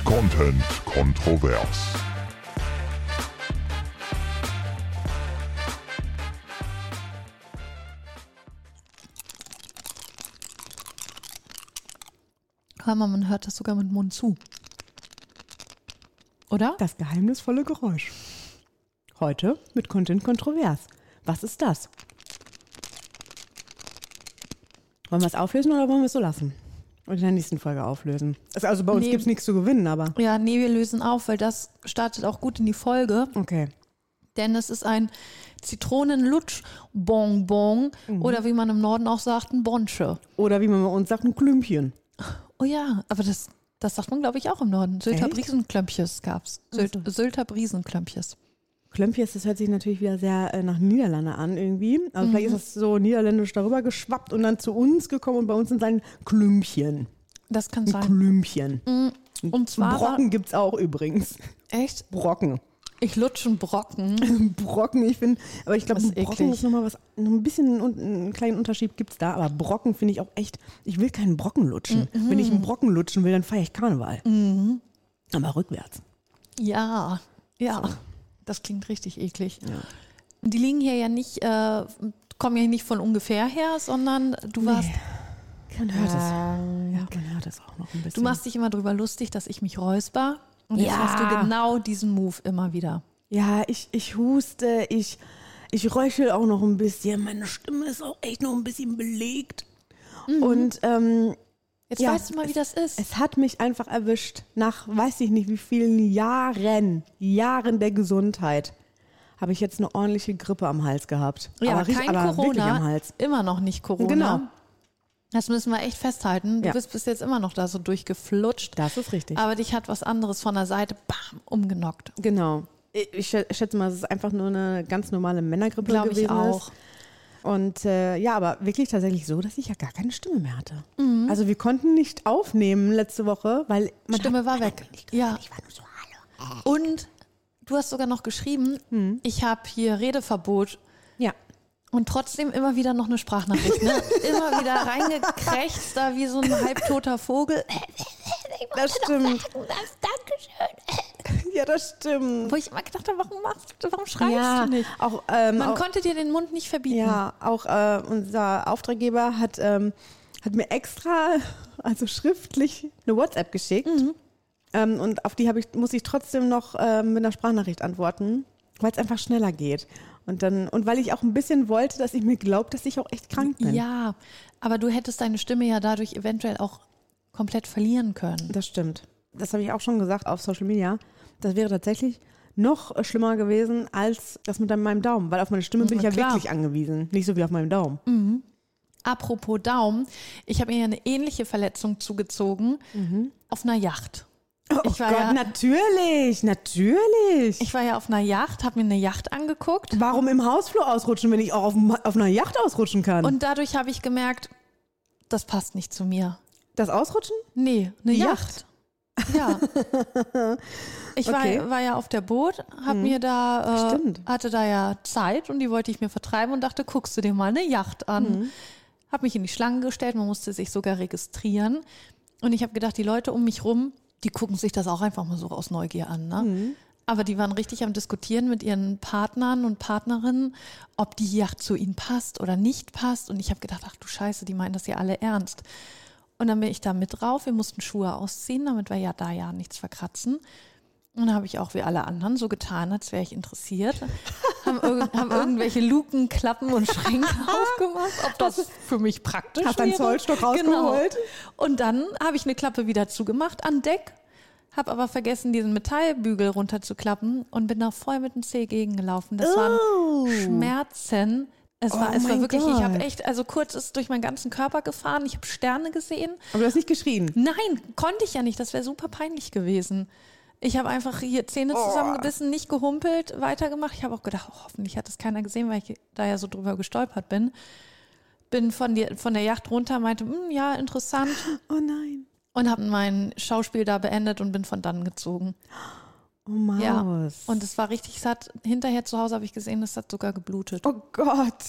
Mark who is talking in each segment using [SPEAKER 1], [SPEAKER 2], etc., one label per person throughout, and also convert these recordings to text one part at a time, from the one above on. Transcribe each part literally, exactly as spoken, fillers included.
[SPEAKER 1] Content kontrovers.
[SPEAKER 2] Hör mal, man hört das sogar mit dem Mund zu. Oder?
[SPEAKER 3] Das geheimnisvolle Geräusch. Heute mit Content kontrovers. Was ist das? Wollen wir es auflösen oder wollen wir es so lassen? Und in der nächsten Folge auflösen. Also bei uns
[SPEAKER 2] Nee.
[SPEAKER 3] gibt es nichts zu gewinnen, aber...
[SPEAKER 2] Ja, nee, wir lösen auf, weil das startet auch gut in die Folge.
[SPEAKER 3] Okay.
[SPEAKER 2] Denn es ist ein Zitronenlutsch-Bonbon
[SPEAKER 3] Mhm.
[SPEAKER 2] oder wie man im Norden auch sagt, ein Bonsche.
[SPEAKER 3] Oder wie man bei uns sagt, ein Klümpchen.
[SPEAKER 2] Oh ja, aber das, das sagt man, glaube ich, auch im Norden. Sylter
[SPEAKER 3] Echt?
[SPEAKER 2] Briesenklömpjes gab's. Sylt,
[SPEAKER 3] Ach so.
[SPEAKER 2] Sylter Briesenklömpjes.
[SPEAKER 3] Klömpjes, das hört sich natürlich wieder sehr äh, nach Niederlande an irgendwie. Also
[SPEAKER 2] Mhm.
[SPEAKER 3] vielleicht ist das so niederländisch darüber geschwappt und dann zu uns gekommen und bei uns sind es ein Klümpchen.
[SPEAKER 2] Das kann
[SPEAKER 3] Ein
[SPEAKER 2] sein.
[SPEAKER 3] Klümpchen.
[SPEAKER 2] Und zwar
[SPEAKER 3] Brocken gibt es auch übrigens.
[SPEAKER 2] echt,
[SPEAKER 3] Brocken.
[SPEAKER 2] ich lutsche einen Brocken.
[SPEAKER 3] Brocken, ich finde, aber ich glaube,
[SPEAKER 2] Das ist
[SPEAKER 3] Brocken
[SPEAKER 2] eklig.
[SPEAKER 3] ist nochmal was, noch ein bisschen, un- einen kleinen Unterschied gibt es da, aber Brocken finde ich auch echt, ich will keinen Brocken lutschen.
[SPEAKER 2] Mhm.
[SPEAKER 3] Wenn ich einen Brocken lutschen will, dann feiere ich Karneval. Aber rückwärts.
[SPEAKER 2] Ja, ja, das klingt richtig eklig. Die liegen hier ja nicht, äh, kommen ja nicht von ungefähr her, sondern du warst,
[SPEAKER 3] Man hört es. Ja, man hört es auch noch ein bisschen.
[SPEAKER 2] du machst dich immer drüber lustig, dass ich mich räusper. Und jetzt
[SPEAKER 3] Ja.
[SPEAKER 2] hast du genau diesen Move immer wieder.
[SPEAKER 3] Ja, ich, ich huste, ich, ich röchel auch noch ein bisschen. Meine Stimme ist auch echt noch ein bisschen belegt. Und ähm,
[SPEAKER 2] Jetzt
[SPEAKER 3] Ja,
[SPEAKER 2] weißt du mal, wie das ist.
[SPEAKER 3] es hat mich einfach erwischt. Nach weiß ich nicht wie vielen Jahren, Jahren der Gesundheit, habe ich jetzt eine ordentliche Grippe am Hals gehabt.
[SPEAKER 2] ja,
[SPEAKER 3] aber richtig-
[SPEAKER 2] kein
[SPEAKER 3] aber wirklich am
[SPEAKER 2] Corona,
[SPEAKER 3] Hals.
[SPEAKER 2] immer noch nicht Corona.
[SPEAKER 3] Genau.
[SPEAKER 2] Das müssen wir echt festhalten. Du
[SPEAKER 3] Ja.
[SPEAKER 2] bist bis jetzt immer noch da so durchgeflutscht.
[SPEAKER 3] Das ist richtig.
[SPEAKER 2] Aber dich hat was anderes von der Seite, bam, umgenockt.
[SPEAKER 3] Genau. Ich, ich schä- schätze mal, es ist einfach nur eine ganz normale Männergrippe
[SPEAKER 2] Glaube
[SPEAKER 3] gewesen
[SPEAKER 2] ich auch.
[SPEAKER 3] ist. Und äh, ja, aber wirklich tatsächlich so, dass ich ja gar keine Stimme mehr hatte.
[SPEAKER 2] Mhm.
[SPEAKER 3] Also wir konnten nicht aufnehmen letzte Woche, weil man
[SPEAKER 2] Stimme
[SPEAKER 3] hat,
[SPEAKER 2] war weg. Ja.
[SPEAKER 3] Ich war nur so, hallo.
[SPEAKER 2] Und du hast sogar noch geschrieben, ich habe hier Redeverbot
[SPEAKER 3] Ja.
[SPEAKER 2] und trotzdem immer wieder noch eine Sprachnachricht. Ne? Immer wieder reingekrächzt, da wie so ein halbtoter Vogel.
[SPEAKER 3] Das stimmt.
[SPEAKER 2] Dankeschön.
[SPEAKER 3] Ja, das stimmt.
[SPEAKER 2] Wo ich immer gedacht habe, warum machst du, warum schreibst
[SPEAKER 3] Ja,
[SPEAKER 2] du nicht?
[SPEAKER 3] auch, ähm,
[SPEAKER 2] Man
[SPEAKER 3] auch,
[SPEAKER 2] konnte dir den Mund nicht verbieten.
[SPEAKER 3] ja, auch äh, unser Auftraggeber hat, ähm, hat mir extra, also schriftlich, eine WhatsApp geschickt. Ähm, und auf die habe ich, muss ich trotzdem noch ähm, mit einer Sprachnachricht antworten, weil es einfach schneller geht. Und dann, und weil ich auch ein bisschen wollte, dass ich mir glaubt, dass ich auch echt krank bin.
[SPEAKER 2] Ja, aber du hättest deine Stimme ja dadurch eventuell auch komplett verlieren können.
[SPEAKER 3] Das stimmt. Das habe ich auch schon gesagt auf Social Media. Das wäre tatsächlich noch schlimmer gewesen als das mit meinem Daumen, weil auf meine Stimme bin ich
[SPEAKER 2] Na
[SPEAKER 3] ja
[SPEAKER 2] klar.
[SPEAKER 3] wirklich angewiesen, nicht so wie auf meinem Daumen.
[SPEAKER 2] Apropos Daumen, ich habe mir ja eine ähnliche Verletzung zugezogen auf einer Yacht.
[SPEAKER 3] Oh
[SPEAKER 2] Ich war
[SPEAKER 3] Gott,
[SPEAKER 2] ja-
[SPEAKER 3] natürlich, natürlich.
[SPEAKER 2] Ich war ja auf einer Yacht, habe mir eine Yacht angeguckt
[SPEAKER 3] Warum im Hausflur ausrutschen, wenn ich auch auf, dem- auf einer Yacht ausrutschen kann?
[SPEAKER 2] und dadurch habe ich gemerkt, das passt nicht zu mir.
[SPEAKER 3] das Ausrutschen?
[SPEAKER 2] Nee, eine
[SPEAKER 3] Die
[SPEAKER 2] Yacht. Ja. Ich war,
[SPEAKER 3] Okay.
[SPEAKER 2] war ja auf der Boot, hab mir da, äh,
[SPEAKER 3] Stimmt.
[SPEAKER 2] hatte da ja Zeit und die wollte ich mir vertreiben und dachte, guckst du dir mal eine Yacht an. Hab mich in die Schlange gestellt, man musste sich sogar registrieren. Und ich habe gedacht, die Leute um mich rum, die gucken sich das auch einfach mal so aus Neugier an. Ne? Aber die waren richtig am Diskutieren mit ihren Partnern und Partnerinnen, ob die Yacht zu ihnen passt oder nicht passt. Und ich habe gedacht, ach du Scheiße, die meinen das ja alle ernst. Und dann bin ich da mit drauf. Wir mussten Schuhe ausziehen, damit wir ja da ja nichts verkratzen. Und dann habe ich auch wie alle anderen so getan, als wäre ich interessiert. haben, irg haben irgendwelche Luken, Klappen und Schränke aufgemacht, ob das für mich praktisch
[SPEAKER 3] Hast deinen
[SPEAKER 2] wäre.
[SPEAKER 3] Zollstock
[SPEAKER 2] Genau.
[SPEAKER 3] rausgeholt?
[SPEAKER 2] Und dann habe ich eine Klappe wieder zugemacht an Deck, habe aber vergessen, diesen Metallbügel runterzuklappen und bin da voll mit dem Zeh gegengelaufen. Das
[SPEAKER 3] Oh.
[SPEAKER 2] waren Schmerzen. Es war,
[SPEAKER 3] Oh
[SPEAKER 2] es war
[SPEAKER 3] mein
[SPEAKER 2] wirklich, ich habe
[SPEAKER 3] Gott.
[SPEAKER 2] echt, also kurz ist durch meinen ganzen Körper gefahren. Ich habe Sterne gesehen.
[SPEAKER 3] Aber du hast nicht geschrien.
[SPEAKER 2] Nein, konnte ich ja nicht. Das wäre super peinlich gewesen. Ich habe einfach hier Zähne zusammengebissen, nicht gehumpelt, weitergemacht. Ich habe auch gedacht, oh, hoffentlich hat das keiner gesehen, weil ich da ja so drüber gestolpert bin. Bin von, die, von der Yacht runter, meinte, "Hm, ja, interessant.
[SPEAKER 3] Oh nein.
[SPEAKER 2] Und habe mein Schauspiel da beendet und bin von dann gezogen.
[SPEAKER 3] Oh Maus.
[SPEAKER 2] Ja. Und es war richtig satt. Hinterher zu Hause habe ich gesehen, es hat sogar geblutet.
[SPEAKER 3] Oh Gott.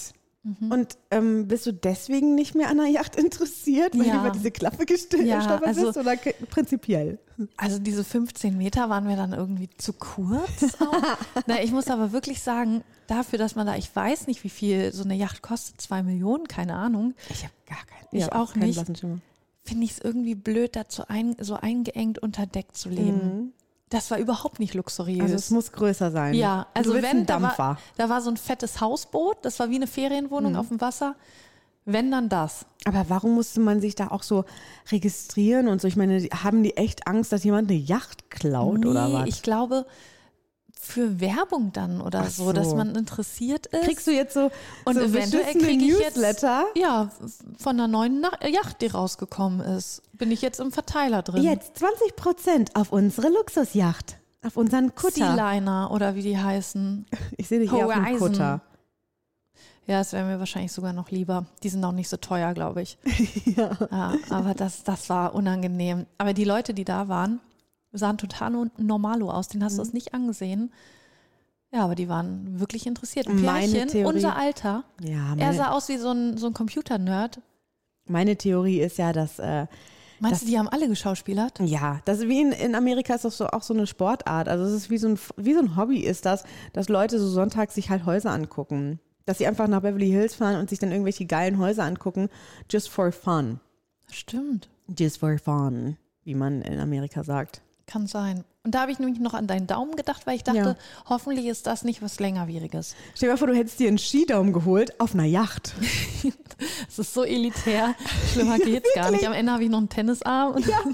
[SPEAKER 3] Und ähm, bist du deswegen nicht mehr an der Yacht interessiert, weil
[SPEAKER 2] Ja.
[SPEAKER 3] du über diese Klappe gestolpert
[SPEAKER 2] Ja, also-
[SPEAKER 3] bist oder k- prinzipiell?
[SPEAKER 2] Also diese fünfzehn Meter waren mir dann irgendwie zu kurz. Auch. Na, ich muss aber wirklich sagen, dafür, dass man da, ich weiß nicht, wie viel so eine Yacht kostet, zwei Millionen, keine Ahnung,
[SPEAKER 3] Ich habe gar keinen.
[SPEAKER 2] Ich auch
[SPEAKER 3] keinen
[SPEAKER 2] nicht.
[SPEAKER 3] blassen Schimmer.
[SPEAKER 2] finde ich es irgendwie blöd, dazu ein, so eingeengt unter Deck zu leben. Das war überhaupt nicht luxuriös.
[SPEAKER 3] Also es muss größer sein.
[SPEAKER 2] Ja, also
[SPEAKER 3] du willst
[SPEAKER 2] wenn,
[SPEAKER 3] einen
[SPEAKER 2] da
[SPEAKER 3] Dampfer.
[SPEAKER 2] war, da war so ein fettes Hausboot, das war wie eine Ferienwohnung auf dem Wasser. Wenn, dann das.
[SPEAKER 3] Aber warum musste man sich da auch so registrieren und so? Ich meine, die- haben die echt Angst, dass jemand eine Yacht klaut oder
[SPEAKER 2] Nee,
[SPEAKER 3] was?
[SPEAKER 2] ich glaube, für Werbung dann oder
[SPEAKER 3] Ach
[SPEAKER 2] so,
[SPEAKER 3] so.
[SPEAKER 2] dass man interessiert ist.
[SPEAKER 3] Kriegst du jetzt so,
[SPEAKER 2] und
[SPEAKER 3] so
[SPEAKER 2] eventuell
[SPEAKER 3] beschissene
[SPEAKER 2] kriege ich jetzt
[SPEAKER 3] Newsletter?
[SPEAKER 2] ja von einer neuen Na- Yacht, die rausgekommen ist. Bin ich jetzt im Verteiler drin.
[SPEAKER 3] Jetzt zwanzig Prozent auf unsere Luxusjacht. Auf unseren Kutter.
[SPEAKER 2] Sealiner oder wie die heißen.
[SPEAKER 3] Ich sehe dich eher auf dem
[SPEAKER 2] Horizon.
[SPEAKER 3] Kutter.
[SPEAKER 2] Ja, das wäre mir wahrscheinlich sogar noch lieber. Die sind auch nicht so teuer, glaube ich. ja. ja. Aber das, das war unangenehm. Aber die Leute, die da waren, sahen total no- normalo aus. Den hast
[SPEAKER 3] Mhm.
[SPEAKER 2] du das nicht angesehen. Ja, aber die waren wirklich interessiert.
[SPEAKER 3] Meine
[SPEAKER 2] Ein Pärchen,
[SPEAKER 3] Theorie-
[SPEAKER 2] unser Alter.
[SPEAKER 3] Ja,
[SPEAKER 2] Er
[SPEAKER 3] meine,
[SPEAKER 2] sah aus wie so ein, so ein Computer-Nerd.
[SPEAKER 3] meine Theorie ist ja, dass äh,
[SPEAKER 2] Meinst
[SPEAKER 3] Das-
[SPEAKER 2] du, die haben alle geschauspielert?
[SPEAKER 3] ja, das ist wie in, in Amerika ist das so, auch so eine Sportart. Also es ist wie so ein wie so ein Hobby ist das, dass Leute so sonntags sich halt Häuser angucken. Dass sie einfach nach Beverly Hills fahren und sich dann irgendwelche geilen Häuser angucken, just for fun.
[SPEAKER 2] Stimmt,
[SPEAKER 3] Just for fun, wie man in Amerika sagt.
[SPEAKER 2] kann sein. Und da habe ich nämlich noch an deinen Daumen gedacht, weil ich dachte,
[SPEAKER 3] Ja.
[SPEAKER 2] hoffentlich ist das nicht was längerwieriges.
[SPEAKER 3] Stell dir mal vor, du hättest dir einen Skidaumen geholt auf einer Yacht.
[SPEAKER 2] Es ist so elitär, schlimmer geht's gar nicht. Am Ende habe ich noch einen Tennisarm. Und ja.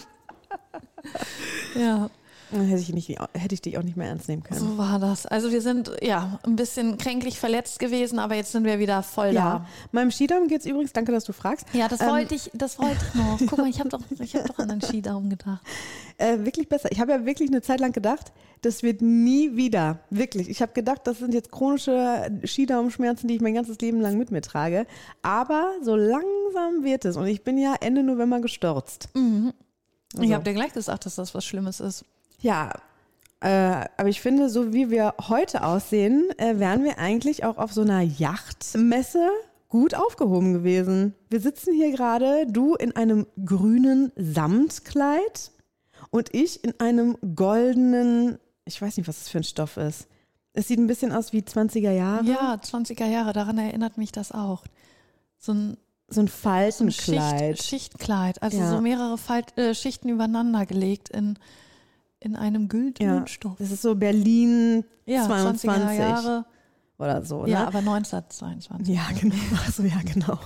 [SPEAKER 2] ja,
[SPEAKER 3] Dann hätte ich, nicht, hätte ich dich auch nicht mehr ernst nehmen können.
[SPEAKER 2] so war das. Also wir sind ja ein bisschen kränklich verletzt gewesen, aber jetzt sind wir wieder voll
[SPEAKER 3] Ja, meinem Skidaumen geht es übrigens, danke, dass du fragst.
[SPEAKER 2] da. Ja, das
[SPEAKER 3] Ähm,
[SPEAKER 2] wollte ich, das wollte ich noch. Guck mal, ich habe doch, ich habe doch an den Skidaumen gedacht.
[SPEAKER 3] Äh, wirklich besser. Ich habe ja wirklich eine Zeit lang gedacht, das wird nie wieder. Wirklich. Ich habe gedacht, das sind jetzt chronische Skidaumenschmerzen, die ich mein ganzes Leben lang mit mir trage. Aber so langsam wird es. Und ich bin ja Ende November gestürzt.
[SPEAKER 2] Ich
[SPEAKER 3] Also.
[SPEAKER 2] habe dir gleich gesagt, dass das was Schlimmes ist.
[SPEAKER 3] Ja, äh, aber ich finde, so wie wir heute aussehen, äh, wären wir eigentlich auch auf so einer Yachtmesse gut aufgehoben gewesen. Wir sitzen hier gerade, du in einem grünen Samtkleid und ich in einem goldenen, ich weiß nicht, was das für ein Stoff ist. Es sieht ein bisschen aus wie zwanziger Jahre.
[SPEAKER 2] Ja, zwanziger Jahre, daran erinnert mich das auch. So ein,
[SPEAKER 3] So ein
[SPEAKER 2] so ein
[SPEAKER 3] Faltenkleid.
[SPEAKER 2] Schicht, Schichtkleid, also
[SPEAKER 3] Ja.
[SPEAKER 2] so mehrere Falt, äh, Schichten übereinander gelegt in, in einem güldenen
[SPEAKER 3] Ja,
[SPEAKER 2] Stoff.
[SPEAKER 3] das ist so Berlin
[SPEAKER 2] Ja,
[SPEAKER 3] zweiundzwanzig
[SPEAKER 2] zwanziger Jahre.
[SPEAKER 3] oder so. Ne?
[SPEAKER 2] Ja, aber neunzehnhundertzweiundzwanzig.
[SPEAKER 3] Ja, genau. Achso, ja, genau.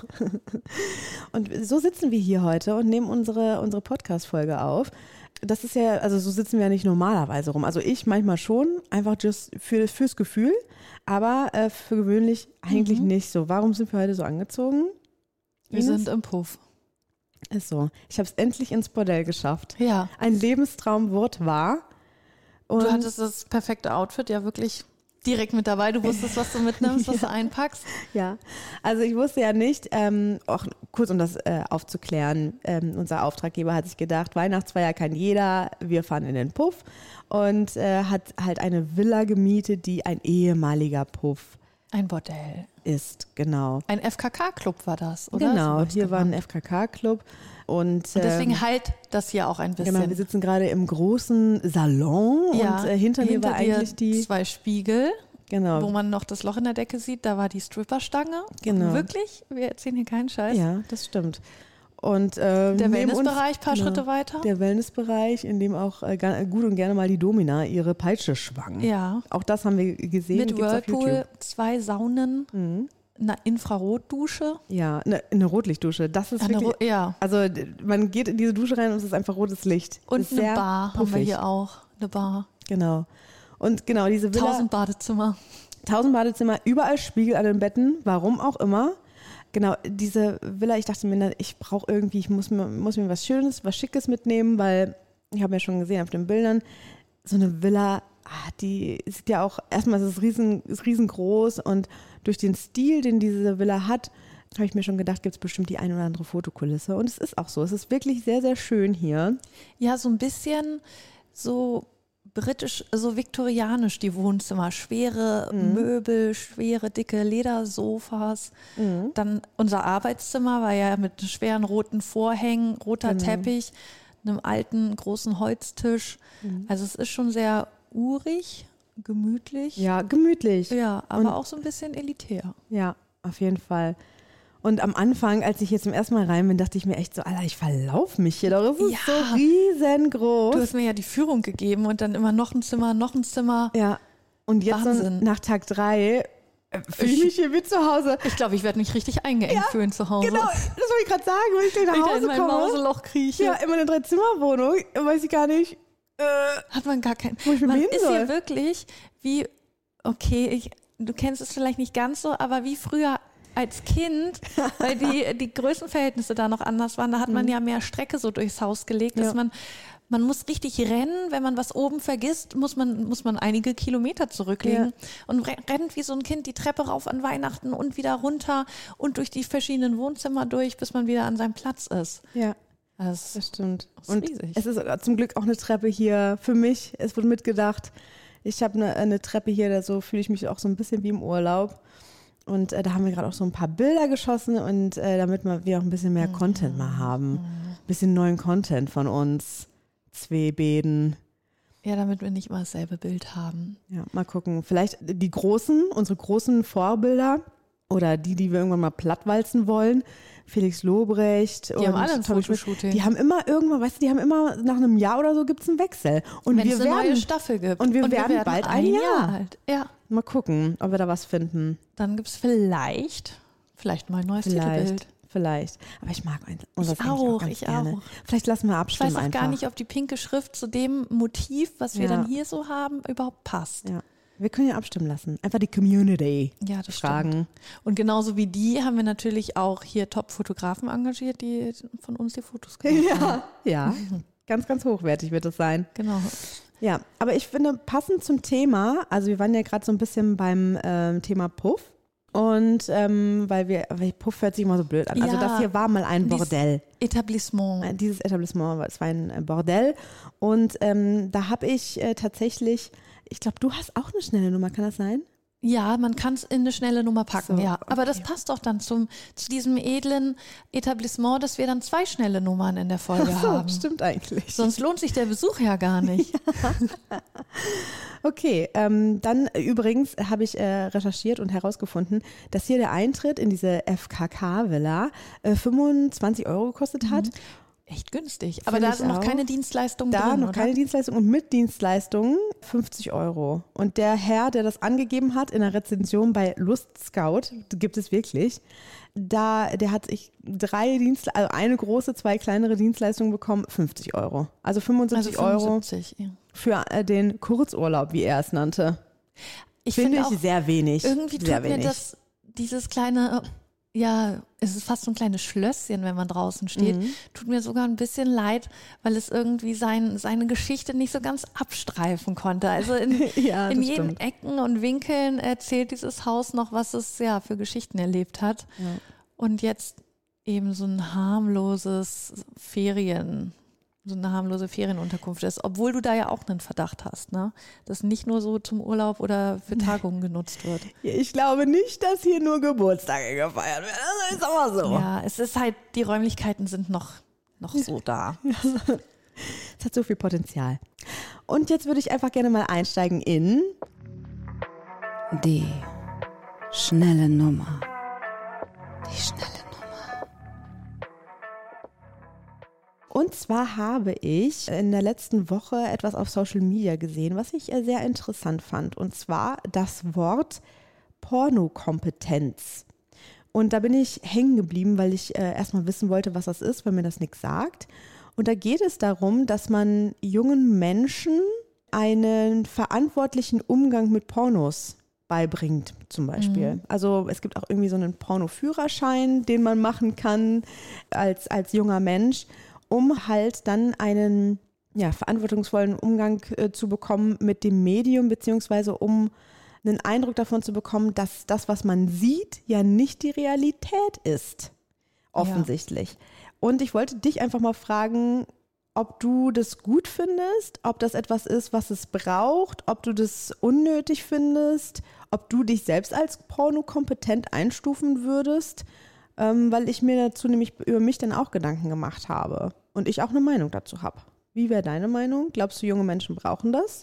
[SPEAKER 3] Und so sitzen wir hier heute und nehmen unsere, unsere Podcast-Folge auf. Das ist ja, also so sitzen wir ja nicht normalerweise rum. Also ich manchmal schon, einfach just für, fürs Gefühl, aber äh, für gewöhnlich eigentlich nicht so. Warum sind wir heute so angezogen?
[SPEAKER 2] Wir
[SPEAKER 3] Ines?
[SPEAKER 2] sind im Puff.
[SPEAKER 3] Ist so. Ich habe es endlich ins Bordell geschafft.
[SPEAKER 2] Ja.
[SPEAKER 3] Ein Lebenstraum wurde wahr. Und
[SPEAKER 2] Du hattest das perfekte Outfit ja wirklich direkt mit dabei. Du wusstest, was du mitnimmst, was du einpackst.
[SPEAKER 3] Ja, also ich wusste ja nicht, ähm, auch kurz um das äh, aufzuklären, ähm, unser Auftraggeber hat sich gedacht, Weihnachtsfeier kann jeder, wir fahren in den Puff und äh, hat halt eine Villa gemietet, die ein ehemaliger Puff
[SPEAKER 2] Ein Bordell.
[SPEAKER 3] ist, genau.
[SPEAKER 2] Ein F K K-Club war das, oder?
[SPEAKER 3] Genau,
[SPEAKER 2] So wird's
[SPEAKER 3] hier war ein
[SPEAKER 2] genannt.
[SPEAKER 3] F K K-Club und,
[SPEAKER 2] Und deswegen
[SPEAKER 3] ähm,
[SPEAKER 2] halt das hier auch ein bisschen.
[SPEAKER 3] genau, wir sitzen gerade im großen Salon
[SPEAKER 2] ja,
[SPEAKER 3] und äh, hinter, mir war
[SPEAKER 2] dir
[SPEAKER 3] eigentlich die,
[SPEAKER 2] zwei Spiegel,
[SPEAKER 3] genau,
[SPEAKER 2] wo man noch das Loch in der Decke sieht. Da war die Stripperstange.
[SPEAKER 3] Genau.
[SPEAKER 2] Wirklich? Wir erzählen hier keinen Scheiß.
[SPEAKER 3] ja, das stimmt. Und äh,
[SPEAKER 2] Der
[SPEAKER 3] neben uns-
[SPEAKER 2] Wellnessbereich, ein paar
[SPEAKER 3] genau.
[SPEAKER 2] Schritte weiter.
[SPEAKER 3] Der Wellnessbereich, in dem auch äh, ga- gut und gerne mal die Domina ihre Peitsche schwang.
[SPEAKER 2] Ja.
[SPEAKER 3] Auch das haben wir gesehen.
[SPEAKER 2] Mit
[SPEAKER 3] gibt's auf
[SPEAKER 2] Whirlpool,
[SPEAKER 3] YouTube. Mhm.
[SPEAKER 2] zwei Saunen, eine Infrarotdusche.
[SPEAKER 3] Ja, eine, eine Rotlichtdusche. Das ist
[SPEAKER 2] Eine
[SPEAKER 3] wirklich.
[SPEAKER 2] Ro- ja.
[SPEAKER 3] Also d- man geht in diese Dusche rein und es ist einfach rotes Licht.
[SPEAKER 2] Und
[SPEAKER 3] ist
[SPEAKER 2] eine
[SPEAKER 3] sehr
[SPEAKER 2] Bar haben wir
[SPEAKER 3] puffig.
[SPEAKER 2] hier auch. Eine Bar.
[SPEAKER 3] Genau. Und genau, diese Villa.
[SPEAKER 2] Tausend Badezimmer.
[SPEAKER 3] Tausend Badezimmer, überall Spiegel an den Betten, warum auch immer. Genau, diese Villa, ich dachte mir, ich brauche irgendwie, ich muss mir, muss mir was Schönes, was Schickes mitnehmen, weil ich habe ja schon gesehen auf den Bildern, so eine Villa, ah, die sieht ja auch, erstmal ist es riesen, ist riesengroß und durch den Stil, den diese Villa hat, habe ich mir schon gedacht, gibt es bestimmt die ein oder andere Fotokulisse. Und es ist auch so, es ist wirklich sehr, sehr schön hier.
[SPEAKER 2] Ja, so ein bisschen so britisch, so viktorianisch, die Wohnzimmer. Schwere
[SPEAKER 3] Mhm.
[SPEAKER 2] Möbel, schwere, dicke Ledersofas.
[SPEAKER 3] Mhm.
[SPEAKER 2] Dann unser Arbeitszimmer war ja mit schweren roten Vorhängen, roter
[SPEAKER 3] Genau.
[SPEAKER 2] Teppich, einem alten großen Holztisch.
[SPEAKER 3] Mhm.
[SPEAKER 2] Also es ist schon sehr urig, gemütlich.
[SPEAKER 3] Ja, gemütlich.
[SPEAKER 2] Ja, aber
[SPEAKER 3] Und-
[SPEAKER 2] auch so ein bisschen elitär.
[SPEAKER 3] Ja, auf jeden Fall. Und am Anfang, als ich jetzt zum ersten Mal rein bin, dachte ich mir echt so, Alter, ich verlaufe mich hier doch. Es ist
[SPEAKER 2] Ja.
[SPEAKER 3] so riesengroß.
[SPEAKER 2] Du hast mir ja die Führung gegeben und dann immer noch ein Zimmer, noch ein Zimmer.
[SPEAKER 3] Ja. Und jetzt so
[SPEAKER 2] Wahnsinn.
[SPEAKER 3] nach Tag drei äh, fühle ich mich hier wie zu Hause.
[SPEAKER 2] Ich glaube, ich werde mich richtig eingeengt fühlen zu Hause.
[SPEAKER 3] Genau, das wollte ich gerade sagen, wenn ich gleich nach
[SPEAKER 2] Wenn ich da in
[SPEAKER 3] Hause
[SPEAKER 2] mein
[SPEAKER 3] komme.
[SPEAKER 2] Mauseloch krieche.
[SPEAKER 3] Ja, immer eine Drei-Zimmer-Wohnung, weiß ich gar nicht. Äh,
[SPEAKER 2] Hat man gar keinen.
[SPEAKER 3] Wo ich mit
[SPEAKER 2] Man
[SPEAKER 3] mir hin
[SPEAKER 2] ist
[SPEAKER 3] soll.
[SPEAKER 2] hier wirklich wie, okay, ich, du kennst es vielleicht nicht ganz so, aber wie früher als Kind, weil die, die Größenverhältnisse da noch anders waren, da hat man ja mehr Strecke so durchs Haus gelegt, dass
[SPEAKER 3] Ja.
[SPEAKER 2] man, man muss richtig rennen, wenn man was oben vergisst, muss man, muss man einige Kilometer zurücklegen
[SPEAKER 3] Ja.
[SPEAKER 2] und re- rennt wie so ein Kind die Treppe rauf an Weihnachten und wieder runter und durch die verschiedenen Wohnzimmer durch, bis man wieder an seinem Platz ist.
[SPEAKER 3] ja,
[SPEAKER 2] Das
[SPEAKER 3] das stimmt.
[SPEAKER 2] ist
[SPEAKER 3] Und
[SPEAKER 2] riesig.
[SPEAKER 3] es ist sogar zum Glück auch eine Treppe hier für mich. Es wurde mitgedacht. Ich habe eine, eine Treppe hier, da so fühle ich mich auch so ein bisschen wie im Urlaub. Und äh, da haben wir gerade auch so ein paar Bilder geschossen und äh, damit wir wir auch ein bisschen mehr Content mal haben. Ein bisschen neuen Content von uns. Zwei Bäden.
[SPEAKER 2] Ja, damit wir nicht immer dasselbe Bild haben.
[SPEAKER 3] Ja, mal gucken. Vielleicht die großen, unsere großen Vorbilder oder die, die wir irgendwann mal plattwalzen wollen. Felix Lobrecht.
[SPEAKER 2] Die haben alle ein
[SPEAKER 3] Tommy Schmidt.
[SPEAKER 2] Fotoshooting.
[SPEAKER 3] Die haben immer irgendwann, weißt du, die haben immer nach einem Jahr oder so gibt es einen Wechsel. Und
[SPEAKER 2] Wenn
[SPEAKER 3] wir
[SPEAKER 2] es eine
[SPEAKER 3] werden
[SPEAKER 2] neue Staffel gibt.
[SPEAKER 3] und wir werden bald ein Jahr.
[SPEAKER 2] alt. Ja,
[SPEAKER 3] mal gucken, ob wir da was finden.
[SPEAKER 2] dann gibt es vielleicht, vielleicht mal ein neues
[SPEAKER 3] Vielleicht.
[SPEAKER 2] Titelbild.
[SPEAKER 3] Vielleicht. Aber ich mag unser
[SPEAKER 2] Ich auch, ich
[SPEAKER 3] gerne.
[SPEAKER 2] auch.
[SPEAKER 3] Vielleicht lassen wir
[SPEAKER 2] Ich
[SPEAKER 3] abstimmen
[SPEAKER 2] weiß auch
[SPEAKER 3] einfach.
[SPEAKER 2] gar nicht, ob die pinke Schrift zu dem Motiv, was wir
[SPEAKER 3] Ja.
[SPEAKER 2] dann hier so haben, überhaupt passt.
[SPEAKER 3] Ja. Wir können ja abstimmen lassen. Einfach die Community
[SPEAKER 2] Ja, das
[SPEAKER 3] fragen.
[SPEAKER 2] stimmt. Und genauso wie die haben wir natürlich auch hier Top-Fotografen engagiert, die von uns die Fotos gemacht haben.
[SPEAKER 3] Ja, ja. Ganz, ganz hochwertig wird es sein.
[SPEAKER 2] Genau.
[SPEAKER 3] Ja, aber ich finde, passend zum Thema, also wir waren ja gerade so ein bisschen beim ähm, Thema Puff. Und ähm, weil wir, weil Puff hört sich immer so blöd an. Also
[SPEAKER 2] Ja.
[SPEAKER 3] das hier war mal ein
[SPEAKER 2] Dies-
[SPEAKER 3] Bordell.
[SPEAKER 2] Etablissement.
[SPEAKER 3] Äh, Dieses Etablissement, es war ein äh, Bordell. Und ähm, da habe ich äh, tatsächlich, ich glaube, du hast auch eine schnelle Nummer, kann das sein?
[SPEAKER 2] Ja, man kann es in eine schnelle Nummer packen,
[SPEAKER 3] So,
[SPEAKER 2] ja. Aber
[SPEAKER 3] okay.
[SPEAKER 2] das passt doch dann zum, zu diesem edlen Etablissement, dass wir dann zwei schnelle Nummern in der Folge
[SPEAKER 3] So,
[SPEAKER 2] haben.
[SPEAKER 3] stimmt eigentlich.
[SPEAKER 2] Sonst lohnt sich der Besuch ja gar nicht.
[SPEAKER 3] Okay, ähm, dann äh, übrigens habe ich äh, recherchiert und herausgefunden, dass hier der Eintritt in diese F K K-Villa äh, fünfundzwanzig Euro gekostet hat.
[SPEAKER 2] Echt günstig. Aber
[SPEAKER 3] Finde
[SPEAKER 2] da
[SPEAKER 3] ich
[SPEAKER 2] sind noch
[SPEAKER 3] auch.
[SPEAKER 2] keine Dienstleistungen
[SPEAKER 3] Da
[SPEAKER 2] drin,
[SPEAKER 3] noch
[SPEAKER 2] oder?
[SPEAKER 3] keine Dienstleistung und mit Dienstleistungen fünfzig Euro. Und der Herr, der das angegeben hat in der Rezension bei Lust Scout, gibt es wirklich, da, der hat sich drei Dienstleistungen, also eine große, zwei kleinere Dienstleistungen bekommen, fünfzig Euro. Also
[SPEAKER 2] Also
[SPEAKER 3] fünfundsiebzig Euro
[SPEAKER 2] fünfundsiebzig, ja.
[SPEAKER 3] für äh, den Kurzurlaub, wie er es nannte.
[SPEAKER 2] Ich
[SPEAKER 3] Finde
[SPEAKER 2] finde
[SPEAKER 3] ich
[SPEAKER 2] auch,
[SPEAKER 3] sehr wenig.
[SPEAKER 2] irgendwie
[SPEAKER 3] sehr
[SPEAKER 2] tut mir
[SPEAKER 3] wenig.
[SPEAKER 2] das, dieses kleine, ja, es ist fast so ein kleines Schlösschen, wenn man draußen steht.
[SPEAKER 3] Mhm.
[SPEAKER 2] Tut mir sogar ein bisschen leid, weil es irgendwie sein, seine Geschichte nicht so ganz abstreifen konnte. Also in,
[SPEAKER 3] Ja,
[SPEAKER 2] in
[SPEAKER 3] das
[SPEAKER 2] jeden
[SPEAKER 3] stimmt.
[SPEAKER 2] Ecken und Winkeln erzählt dieses Haus noch, was es ja für Geschichten erlebt hat.
[SPEAKER 3] Ja.
[SPEAKER 2] Und jetzt eben so ein harmloses Ferien, so eine harmlose Ferienunterkunft ist, obwohl du da ja auch einen Verdacht hast, ne? Dass nicht nur so zum Urlaub oder für Tagungen genutzt wird.
[SPEAKER 3] Ich glaube nicht, dass hier nur Geburtstage gefeiert werden. Das ist aber so.
[SPEAKER 2] Ja, es ist halt, die Räumlichkeiten sind noch, noch so da.
[SPEAKER 3] Es hat so viel Potenzial. Und jetzt würde ich einfach gerne mal einsteigen in
[SPEAKER 4] Die schnelle Nummer. Die schnelle Nummer.
[SPEAKER 3] Und zwar habe ich in der letzten Woche etwas auf Social Media gesehen, was ich äh, sehr interessant fand. Und zwar das Wort Pornokompetenz. Und da bin ich hängen geblieben, weil ich äh, erstmal wissen wollte, was das ist, weil mir das nichts sagt. Und da geht es darum, dass man jungen Menschen einen verantwortlichen Umgang mit Pornos beibringt, zum Beispiel. Mhm. Also es gibt auch irgendwie so einen Pornoführerschein, den man machen kann als, als junger Mensch, um halt dann einen ja, verantwortungsvollen Umgang äh, zu bekommen mit dem Medium, beziehungsweise um einen Eindruck davon zu bekommen, dass das, was man sieht, ja nicht die Realität ist. Offensichtlich. Ja. Und ich wollte dich einfach mal fragen, ob du das gut findest, ob das etwas ist, was es braucht, ob du das unnötig findest, ob du dich selbst als pornokompetent einstufen würdest, ähm, weil ich mir dazu nämlich über mich dann auch Gedanken gemacht habe und ich auch eine Meinung dazu habe. Wie wäre deine Meinung? Glaubst du, junge Menschen brauchen das?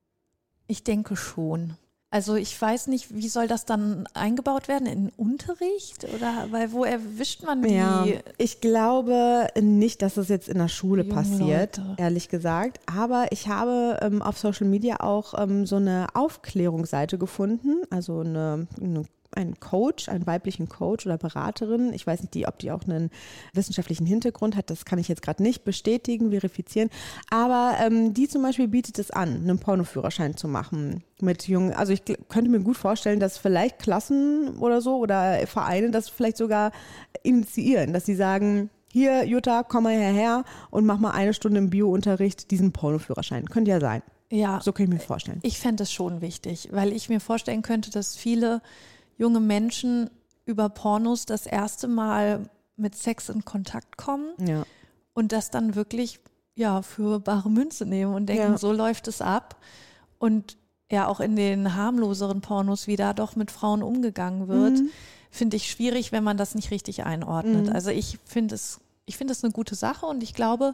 [SPEAKER 2] Ich denke schon. Also ich weiß nicht, wie soll das dann eingebaut werden in den Unterricht? Oder weil wo erwischt man die?
[SPEAKER 3] Ja, ich glaube nicht, dass es jetzt in der Schule
[SPEAKER 2] Junge
[SPEAKER 3] passiert,
[SPEAKER 2] Leute.
[SPEAKER 3] ehrlich gesagt. Aber ich habe ähm, auf Social Media auch ähm, so eine Aufklärungsseite gefunden, also eine, eine einen Coach, einen weiblichen Coach oder Beraterin. Ich weiß nicht, die, ob die auch einen wissenschaftlichen Hintergrund hat. Das kann ich jetzt gerade nicht bestätigen, verifizieren. Aber ähm, die zum Beispiel bietet es an, einen Pornoführerschein zu machen mit jungen. Also ich gl- könnte mir gut vorstellen, dass vielleicht Klassen oder so oder Vereine das vielleicht sogar initiieren, dass sie sagen, hier Jutta, komm mal hierher und mach mal eine Stunde im Bio-Unterricht diesen Pornoführerschein. Könnte ja sein.
[SPEAKER 2] Ja,
[SPEAKER 3] So kann ich mir vorstellen.
[SPEAKER 2] ich fände es schon wichtig, weil ich mir vorstellen könnte, dass viele junge Menschen über Pornos das erste Mal mit Sex in Kontakt kommen
[SPEAKER 3] Ja.
[SPEAKER 2] und das dann wirklich ja für bare Münze nehmen und denken,
[SPEAKER 3] Ja.
[SPEAKER 2] so läuft es ab. Und ja, auch in den harmloseren Pornos, wie da doch mit Frauen umgegangen wird,
[SPEAKER 3] Mhm.
[SPEAKER 2] finde ich schwierig, wenn man das nicht richtig einordnet.
[SPEAKER 3] Mhm.
[SPEAKER 2] Also ich finde es, ich finde es eine gute Sache und ich glaube,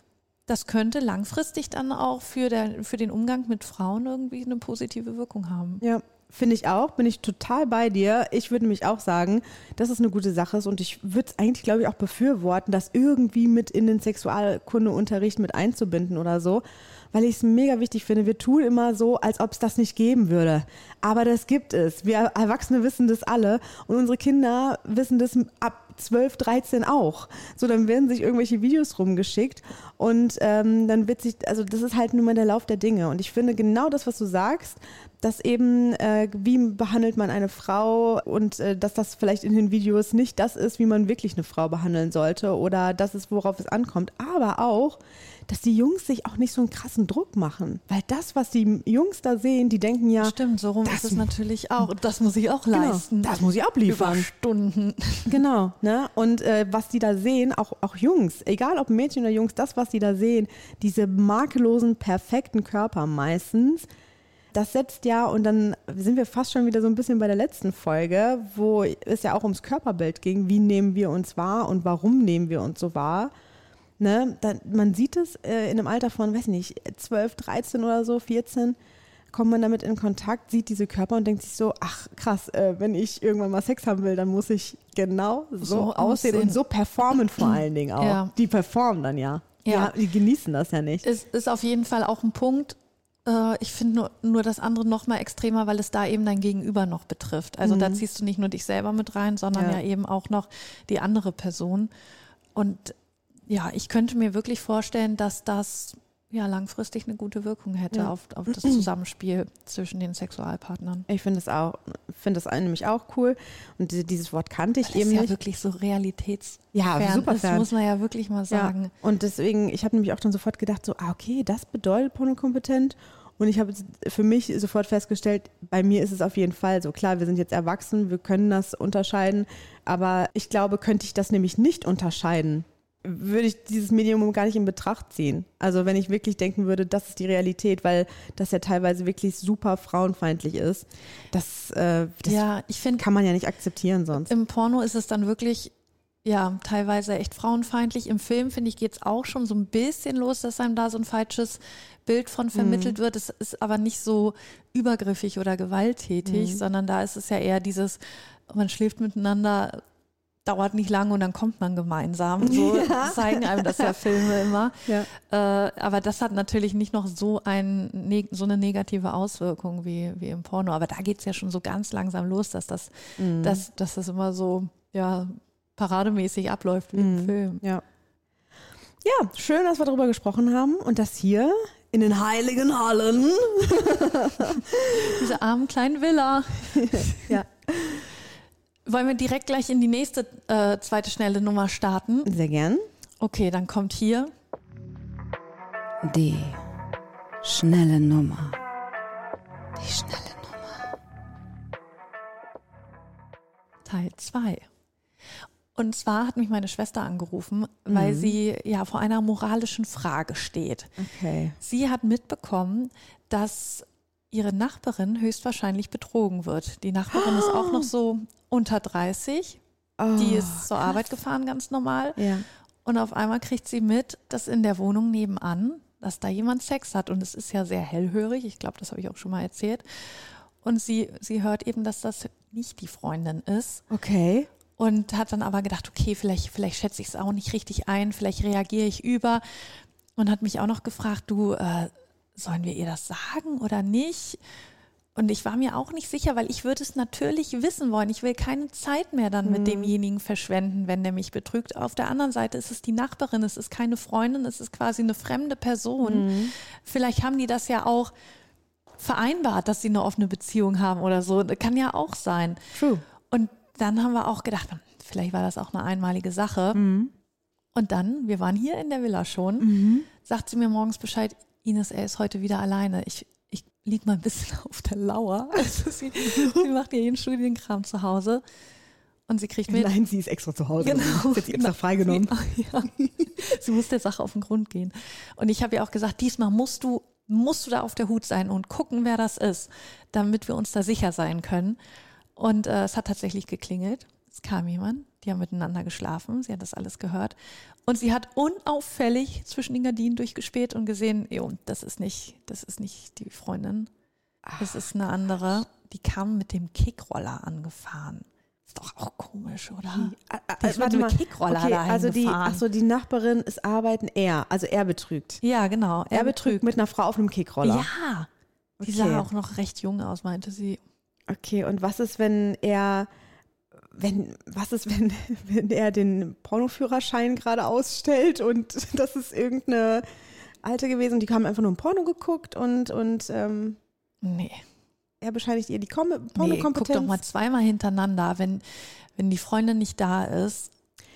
[SPEAKER 2] das könnte langfristig dann auch für, der, für den Umgang mit Frauen irgendwie eine positive Wirkung haben.
[SPEAKER 3] Ja, finde ich auch, bin ich total bei dir. Ich würde nämlich auch sagen, dass es eine gute Sache ist und ich würde es eigentlich, glaube ich, auch befürworten, das irgendwie mit in den Sexualkundeunterricht mit einzubinden oder so, weil ich es mega wichtig finde. Wir tun immer so, als ob es das nicht geben würde. Aber das gibt es. Wir Erwachsene wissen das alle und unsere Kinder wissen das ab zwölf, dreizehn auch. So, dann werden sich irgendwelche Videos rumgeschickt und ähm, dann wird sich, also das ist halt nun mal der Lauf der Dinge. Und ich finde genau das, was du sagst, dass eben, äh, wie behandelt man eine Frau und äh, dass das vielleicht in den Videos nicht das ist, wie man wirklich eine Frau behandeln sollte oder das ist, worauf es ankommt. Aber auch, dass die Jungs sich auch nicht so einen krassen Druck machen. Weil das, was die Jungs da sehen, die denken ja,
[SPEAKER 2] Stimmt, so rum
[SPEAKER 3] das-
[SPEAKER 2] ist es natürlich auch. Und das muss ich auch leisten.
[SPEAKER 3] genau, das muss ich abliefern.
[SPEAKER 2] Über Stunden.
[SPEAKER 3] Genau, ne? Und äh, was die da sehen, auch, auch Jungs, egal ob Mädchen oder Jungs, das, was die da sehen, diese makellosen, perfekten Körper meistens, das setzt ja, und dann sind wir fast schon wieder so ein bisschen bei der letzten Folge, wo es ja auch ums Körperbild ging, wie nehmen wir uns wahr und warum nehmen wir uns so wahr. Ne? Da, man sieht es äh, in einem Alter von, weiß nicht, zwölf, dreizehn oder so, vierzehn, kommt man damit in Kontakt, sieht diese Körper und denkt sich so, ach krass, äh, wenn ich irgendwann mal Sex haben will, dann muss ich genau so,
[SPEAKER 2] So
[SPEAKER 3] aussehen
[SPEAKER 2] aussehen.
[SPEAKER 3] und so performen vor allen Dingen auch.
[SPEAKER 2] Ja.
[SPEAKER 3] Die performen dann ja.
[SPEAKER 2] Ja.
[SPEAKER 3] Die, die genießen das ja nicht.
[SPEAKER 2] Es ist auf jeden Fall auch ein Punkt. Äh, ich finde nur, nur das andere noch mal extremer, weil es da eben dein Gegenüber noch betrifft. Also da ziehst du nicht nur dich selber mit rein, sondern
[SPEAKER 3] Ja.
[SPEAKER 2] ja, eben auch noch die andere Person. Und ja, ich könnte mir wirklich vorstellen, dass das ja langfristig eine gute Wirkung hätte
[SPEAKER 3] Ja.
[SPEAKER 2] auf, auf das Zusammenspiel zwischen den Sexualpartnern.
[SPEAKER 3] Ich finde das auch, finde das nämlich auch cool. Und diese, dieses Wort kannte ich
[SPEAKER 2] Das
[SPEAKER 3] eben
[SPEAKER 2] ist ja
[SPEAKER 3] nicht.
[SPEAKER 2] wirklich so realitätsfern.
[SPEAKER 3] Ja, super
[SPEAKER 2] Das
[SPEAKER 3] fern.
[SPEAKER 2] muss man ja wirklich mal sagen.
[SPEAKER 3] Ja. Und deswegen, ich habe nämlich auch dann sofort gedacht, so, ah, okay, das bedeutet pornokompetent. Und ich habe für mich sofort festgestellt, bei mir ist es auf jeden Fall so. Klar, wir sind jetzt erwachsen, wir können das unterscheiden. Aber ich glaube, könnte ich das nämlich nicht unterscheiden, würde ich dieses Medium gar nicht in Betracht ziehen. Also wenn ich wirklich denken würde, das ist die Realität, weil das ja teilweise wirklich super frauenfeindlich ist, das, äh, das
[SPEAKER 2] Ja, ich finde,
[SPEAKER 3] kann man ja nicht akzeptieren sonst.
[SPEAKER 2] im Porno ist es dann wirklich, ja, teilweise echt frauenfeindlich. Im Film, finde ich, geht es auch schon so ein bisschen los, dass einem da so ein falsches Bild von vermittelt wird. Es ist aber nicht so übergriffig oder gewalttätig, sondern da ist es ja eher dieses, man schläft miteinander, dauert nicht lange und dann kommt man gemeinsam. So
[SPEAKER 3] Ja.
[SPEAKER 2] zeigen einem das ja Filme immer.
[SPEAKER 3] Ja.
[SPEAKER 2] Äh, aber das hat natürlich nicht noch so, ein, ne, so eine negative Auswirkung wie, wie im Porno. Aber da geht es ja schon so ganz langsam los, dass das, dass, dass das immer so ja, parademäßig abläuft wie im Film.
[SPEAKER 3] Ja. Ja, schön, dass wir darüber gesprochen haben und das hier in den heiligen Hallen.
[SPEAKER 2] Diese armen kleinen Villa.
[SPEAKER 3] Ja.
[SPEAKER 2] Wollen wir direkt gleich in die nächste äh, zweite schnelle Nummer starten?
[SPEAKER 3] Sehr gern.
[SPEAKER 2] Okay, dann kommt hier
[SPEAKER 4] Die schnelle Nummer. Die schnelle Nummer.
[SPEAKER 2] Teil zwei. Und zwar hat mich meine Schwester angerufen, weil
[SPEAKER 3] Mhm.
[SPEAKER 2] sie ja vor einer moralischen Frage steht.
[SPEAKER 3] Okay.
[SPEAKER 2] Sie hat mitbekommen, dass ihre Nachbarin höchstwahrscheinlich betrogen wird. Die Nachbarin ist auch noch so unter dreißig.
[SPEAKER 3] Oh,
[SPEAKER 2] Die ist zur Arbeit gefahren, ganz normal.
[SPEAKER 3] ja.
[SPEAKER 2] Und auf einmal kriegt sie mit, dass in der Wohnung nebenan, dass da jemand Sex hat. Und es ist ja sehr hellhörig. Ich glaube, das habe ich auch schon mal erzählt. Und sie, sie hört eben, dass das nicht die Freundin ist.
[SPEAKER 3] Okay.
[SPEAKER 2] Und hat dann aber gedacht, okay, vielleicht, vielleicht schätze ich es auch nicht richtig ein, vielleicht reagiere ich über. Und hat mich auch noch gefragt, du, äh, sollen wir ihr das sagen oder nicht? Und ich war mir auch nicht sicher, weil ich würde es natürlich wissen wollen. Ich will keine Zeit mehr dann mit demjenigen verschwenden, wenn der mich betrügt. Auf der anderen Seite ist es die Nachbarin, es ist keine Freundin, es ist quasi eine fremde Person.
[SPEAKER 3] Mhm.
[SPEAKER 2] Vielleicht haben die das ja auch vereinbart, dass sie eine offene Beziehung haben oder so. Das kann ja auch sein.
[SPEAKER 3] True.
[SPEAKER 2] Und dann haben wir auch gedacht, vielleicht war das auch eine einmalige Sache.
[SPEAKER 3] Mhm.
[SPEAKER 2] Und dann, wir waren hier in der Villa schon,
[SPEAKER 3] Mhm.
[SPEAKER 2] sagt sie mir morgens Bescheid, Ines, er ist heute wieder alleine. Ich, ich liege mal ein bisschen auf der Lauer. Also sie, sie macht ja jeden Studienkram zu Hause. Und sie kriegt mit.
[SPEAKER 3] Nein, sie ist extra zu Hause.
[SPEAKER 2] Genau.
[SPEAKER 3] Sie hat sie extra freigenommen.
[SPEAKER 2] Sie, ja. Sie muss der Sache auf den Grund gehen. Und ich habe ihr auch gesagt, diesmal musst du, musst du da auf der Hut sein und gucken, wer das ist, damit wir uns da sicher sein können. Und äh, es hat tatsächlich geklingelt. Es kam jemand, die haben miteinander geschlafen, sie hat das alles gehört. Und sie hat unauffällig zwischen den Gardinen durchgespäht und gesehen, jo, das ist nicht, das ist nicht die Freundin. Das ist eine andere. Die kam mit dem Kickroller angefahren. Ist doch auch komisch, oder?
[SPEAKER 3] Ah, ah,
[SPEAKER 2] Die ist
[SPEAKER 3] warte
[SPEAKER 2] mit
[SPEAKER 3] mal.
[SPEAKER 2] dem Kickroller
[SPEAKER 3] Okay,
[SPEAKER 2] dahin
[SPEAKER 3] also die,
[SPEAKER 2] gefahren.
[SPEAKER 3] ach so, die Nachbarin ist arbeiten er, also er betrügt.
[SPEAKER 2] Ja, genau.
[SPEAKER 3] Er betrügt mit einer Frau auf einem Kickroller.
[SPEAKER 2] Ja. Die
[SPEAKER 3] Okay.
[SPEAKER 2] sah auch noch recht jung aus, meinte sie.
[SPEAKER 3] Okay, und was ist, wenn er, wenn, was ist, wenn, wenn er den Pornoführerschein gerade ausstellt und das ist irgendeine Alte gewesen und die haben einfach nur ein Porno geguckt und, und ähm,
[SPEAKER 2] Nee.
[SPEAKER 3] er bescheinigt ihr die Kom-
[SPEAKER 2] Nee, guck
[SPEAKER 3] Pornokompetenz.
[SPEAKER 2] doch mal zweimal hintereinander, wenn, wenn die Freundin nicht da ist.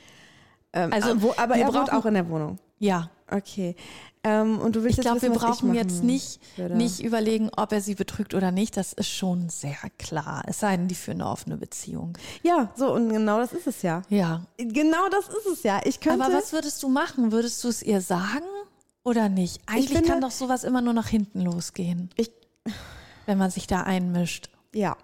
[SPEAKER 3] ähm,
[SPEAKER 2] also,
[SPEAKER 3] wo, aber
[SPEAKER 2] wir
[SPEAKER 3] er wohnt
[SPEAKER 2] brauchen-
[SPEAKER 3] auch in der Wohnung.
[SPEAKER 2] Ja,
[SPEAKER 3] Okay. Ähm, und du willst
[SPEAKER 2] ich
[SPEAKER 3] jetzt
[SPEAKER 2] glaube, wir
[SPEAKER 3] wissen, was ich
[SPEAKER 2] brauchen
[SPEAKER 3] machen
[SPEAKER 2] jetzt nicht,
[SPEAKER 3] würde.
[SPEAKER 2] nicht überlegen, ob er sie betrügt oder nicht. Das ist schon sehr klar. Es sei denn, die führen eine offene Beziehung.
[SPEAKER 3] Ja, so, und genau das ist es ja.
[SPEAKER 2] Ja.
[SPEAKER 3] Genau das ist es ja. Ich könnte.
[SPEAKER 2] Aber was würdest du machen? Würdest du es ihr sagen oder nicht? Eigentlich
[SPEAKER 3] finde-
[SPEAKER 2] kann doch sowas immer nur nach hinten losgehen,
[SPEAKER 3] Ich,
[SPEAKER 2] wenn man sich da einmischt.
[SPEAKER 3] ja.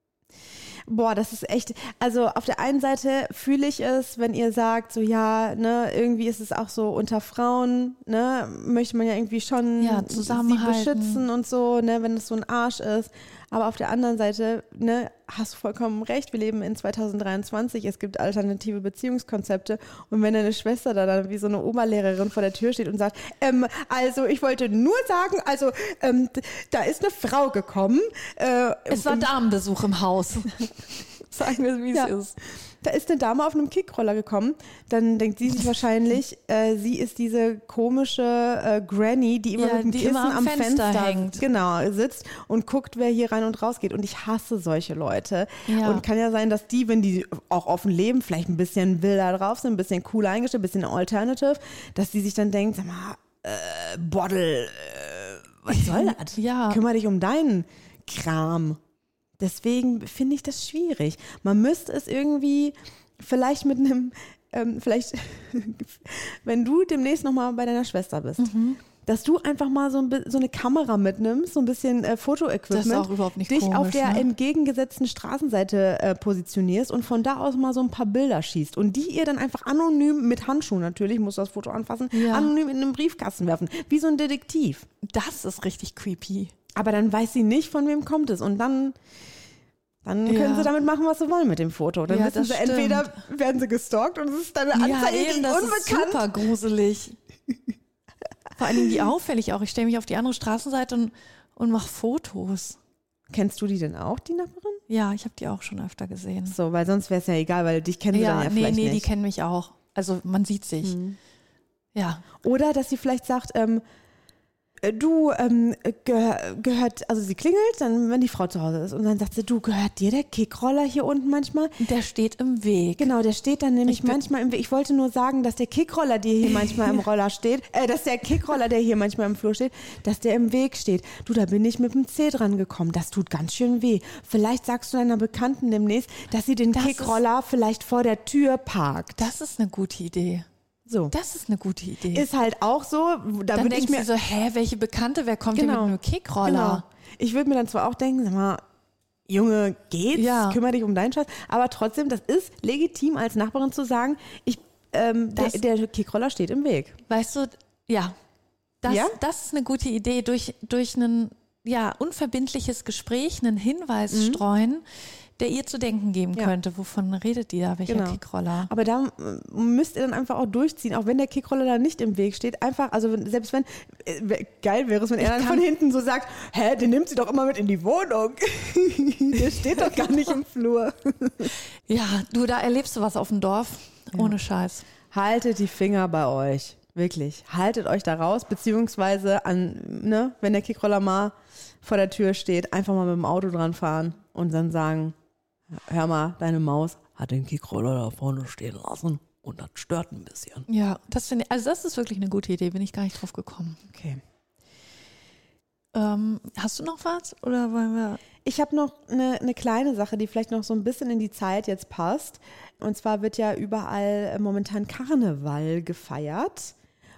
[SPEAKER 3] Boah, das ist echt, also auf der einen Seite fühle ich es, wenn ihr sagt, so ja, ne, irgendwie ist es auch so unter Frauen, ne, möchte man ja irgendwie schon
[SPEAKER 2] Ja,
[SPEAKER 3] sie
[SPEAKER 2] zusammenhalten.
[SPEAKER 3] beschützen und so, ne, wenn es so ein Arsch ist. Aber auf der anderen Seite, ne, hast du vollkommen recht, wir leben in zweitausenddreiundzwanzig, es gibt alternative Beziehungskonzepte und wenn deine Schwester da dann wie so eine Oberlehrerin vor der Tür steht und sagt, ähm, also ich wollte nur sagen, also ähm, d- da ist eine Frau gekommen, äh,
[SPEAKER 2] Es war Damenbesuch im Haus. Sagen wir, wie es
[SPEAKER 3] Ja.
[SPEAKER 2] ist.
[SPEAKER 3] Da ist eine Dame auf einem Kickroller gekommen, dann denkt sie sich wahrscheinlich, äh, sie ist diese komische äh, Granny, die immer
[SPEAKER 2] Ja,
[SPEAKER 3] mit dem
[SPEAKER 2] die
[SPEAKER 3] Kissen
[SPEAKER 2] immer am
[SPEAKER 3] am
[SPEAKER 2] Fenster
[SPEAKER 3] Fenster,
[SPEAKER 2] hängt.
[SPEAKER 3] genau, sitzt und guckt, wer hier rein und raus geht. Und ich hasse solche Leute.
[SPEAKER 2] Ja.
[SPEAKER 3] Und kann ja sein, dass die, wenn die auch offen leben, vielleicht ein bisschen wilder drauf sind, ein bisschen cool eingestellt, ein bisschen alternative, dass die sich dann denkt, sag mal, äh, Bottle, äh, was soll das?
[SPEAKER 2] Ja.
[SPEAKER 3] Kümmere dich um deinen Kram. Deswegen finde ich das schwierig. Man müsste es irgendwie vielleicht mit einem, ähm, vielleicht, wenn du demnächst nochmal bei deiner Schwester bist,
[SPEAKER 2] Mhm.
[SPEAKER 3] dass du einfach mal so, ein, bi- so eine Kamera mitnimmst, so ein bisschen äh, Fotoequipment,
[SPEAKER 2] Das ist auch überhaupt nicht
[SPEAKER 3] dich auf
[SPEAKER 2] komisch,
[SPEAKER 3] der
[SPEAKER 2] ne?
[SPEAKER 3] entgegengesetzten Straßenseite äh, positionierst und von da aus mal so ein paar Bilder schießt und die ihr dann einfach anonym mit Handschuhen natürlich, musst du das Foto anfassen,
[SPEAKER 2] Ja.
[SPEAKER 3] anonym in einen Briefkasten werfen, wie so ein Detektiv.
[SPEAKER 2] Das ist richtig creepy.
[SPEAKER 3] Aber dann weiß sie nicht, von wem kommt es. Und dann, dann
[SPEAKER 2] Ja.
[SPEAKER 3] können sie damit machen, was sie wollen mit dem Foto. Dann
[SPEAKER 2] Ja,
[SPEAKER 3] wissen
[SPEAKER 2] das
[SPEAKER 3] sie,
[SPEAKER 2] stimmt.
[SPEAKER 3] entweder werden sie gestalkt und es ist dann eine Anzeige
[SPEAKER 2] ja, eben,
[SPEAKER 3] gegen
[SPEAKER 2] das ist
[SPEAKER 3] unbekannt.
[SPEAKER 2] super gruselig. Vor allen Dingen wie auffällig auch. Ich stelle mich auf die andere Straßenseite und, und mache Fotos.
[SPEAKER 3] Kennst du die denn auch, die Nachbarin?
[SPEAKER 2] Ja, ich habe die auch schon öfter gesehen.
[SPEAKER 3] So, weil sonst wäre es ja egal, weil dich kennen sie dann
[SPEAKER 2] Ja,
[SPEAKER 3] ja
[SPEAKER 2] nee,
[SPEAKER 3] vielleicht
[SPEAKER 2] nee, die
[SPEAKER 3] nicht.
[SPEAKER 2] kennen mich auch. Also man sieht sich. Ja.
[SPEAKER 3] Oder dass sie vielleicht sagt, ähm, äh, du, ähm, geh, gehört, also sie klingelt, dann, wenn die Frau zu Hause ist und dann sagt sie, du, gehört dir der Kickroller hier unten manchmal?
[SPEAKER 2] Der steht im Weg.
[SPEAKER 3] Genau, der steht dann nämlich
[SPEAKER 2] Ich bin-
[SPEAKER 3] manchmal im Weg. Ich wollte nur sagen, dass der Kickroller, der hier manchmal im Roller steht, äh, dass der Kickroller, der hier manchmal im Flur steht, dass der im Weg steht. Du, da bin ich mit dem Zeh dran gekommen. Das tut ganz schön weh. Vielleicht sagst du deiner Bekannten demnächst, dass sie den
[SPEAKER 2] Das
[SPEAKER 3] Kickroller vielleicht vor der Tür parkt.
[SPEAKER 2] Das ist eine gute Idee.
[SPEAKER 3] So.
[SPEAKER 2] Das ist eine gute Idee.
[SPEAKER 3] Ist halt auch so, da
[SPEAKER 2] Dann
[SPEAKER 3] würde ich
[SPEAKER 2] denkst
[SPEAKER 3] mir
[SPEAKER 2] du so, hä, welche Bekannte, wer kommt
[SPEAKER 3] Genau.
[SPEAKER 2] hier mit einem Kickroller?
[SPEAKER 3] Genau. Ich würde mir dann zwar auch denken, sag mal, Junge, geht's?
[SPEAKER 2] Ja.
[SPEAKER 3] Kümmere dich um deinen Scheiß. Aber trotzdem, das ist legitim als Nachbarin zu sagen, ich, ähm, der,
[SPEAKER 2] Das-
[SPEAKER 3] der Kickroller steht im Weg.
[SPEAKER 2] Weißt du, ja, das,
[SPEAKER 3] Ja?
[SPEAKER 2] das ist eine gute Idee, durch, durch ein ja, unverbindliches Gespräch, einen Hinweis streuen, der ihr zu denken geben
[SPEAKER 3] Ja.
[SPEAKER 2] könnte. Wovon redet ihr da, welcher
[SPEAKER 3] Genau.
[SPEAKER 2] Kickroller?
[SPEAKER 3] Aber da äh, müsst ihr dann einfach auch durchziehen, auch wenn der Kickroller da nicht im Weg steht. Einfach, also wenn, selbst wenn, äh, wär- geil wäre es, wenn er dann
[SPEAKER 2] kann-
[SPEAKER 3] von hinten so sagt, hä, den nimmt sie doch immer mit in die Wohnung. Der steht doch gar nicht im Flur.
[SPEAKER 2] Ja, du, da erlebst du was auf dem Dorf. Ohne Scheiß.
[SPEAKER 3] Haltet die Finger bei euch. Wirklich. Haltet euch da raus, beziehungsweise an, ne, wenn der Kickroller mal vor der Tür steht, einfach mal mit dem Auto dran fahren und dann sagen, hör mal, deine Maus hat den Kickroller da vorne stehen lassen und das stört ein bisschen.
[SPEAKER 2] Ja, das finde ich, also das ist wirklich eine gute Idee, bin ich gar nicht drauf gekommen.
[SPEAKER 3] Okay.
[SPEAKER 2] Ähm, hast du noch was? Oder wollen wir.
[SPEAKER 3] Ich habe noch eine, eine kleine Sache, die vielleicht noch so ein bisschen in die Zeit jetzt passt. Und zwar wird ja überall äh, momentan Karneval gefeiert.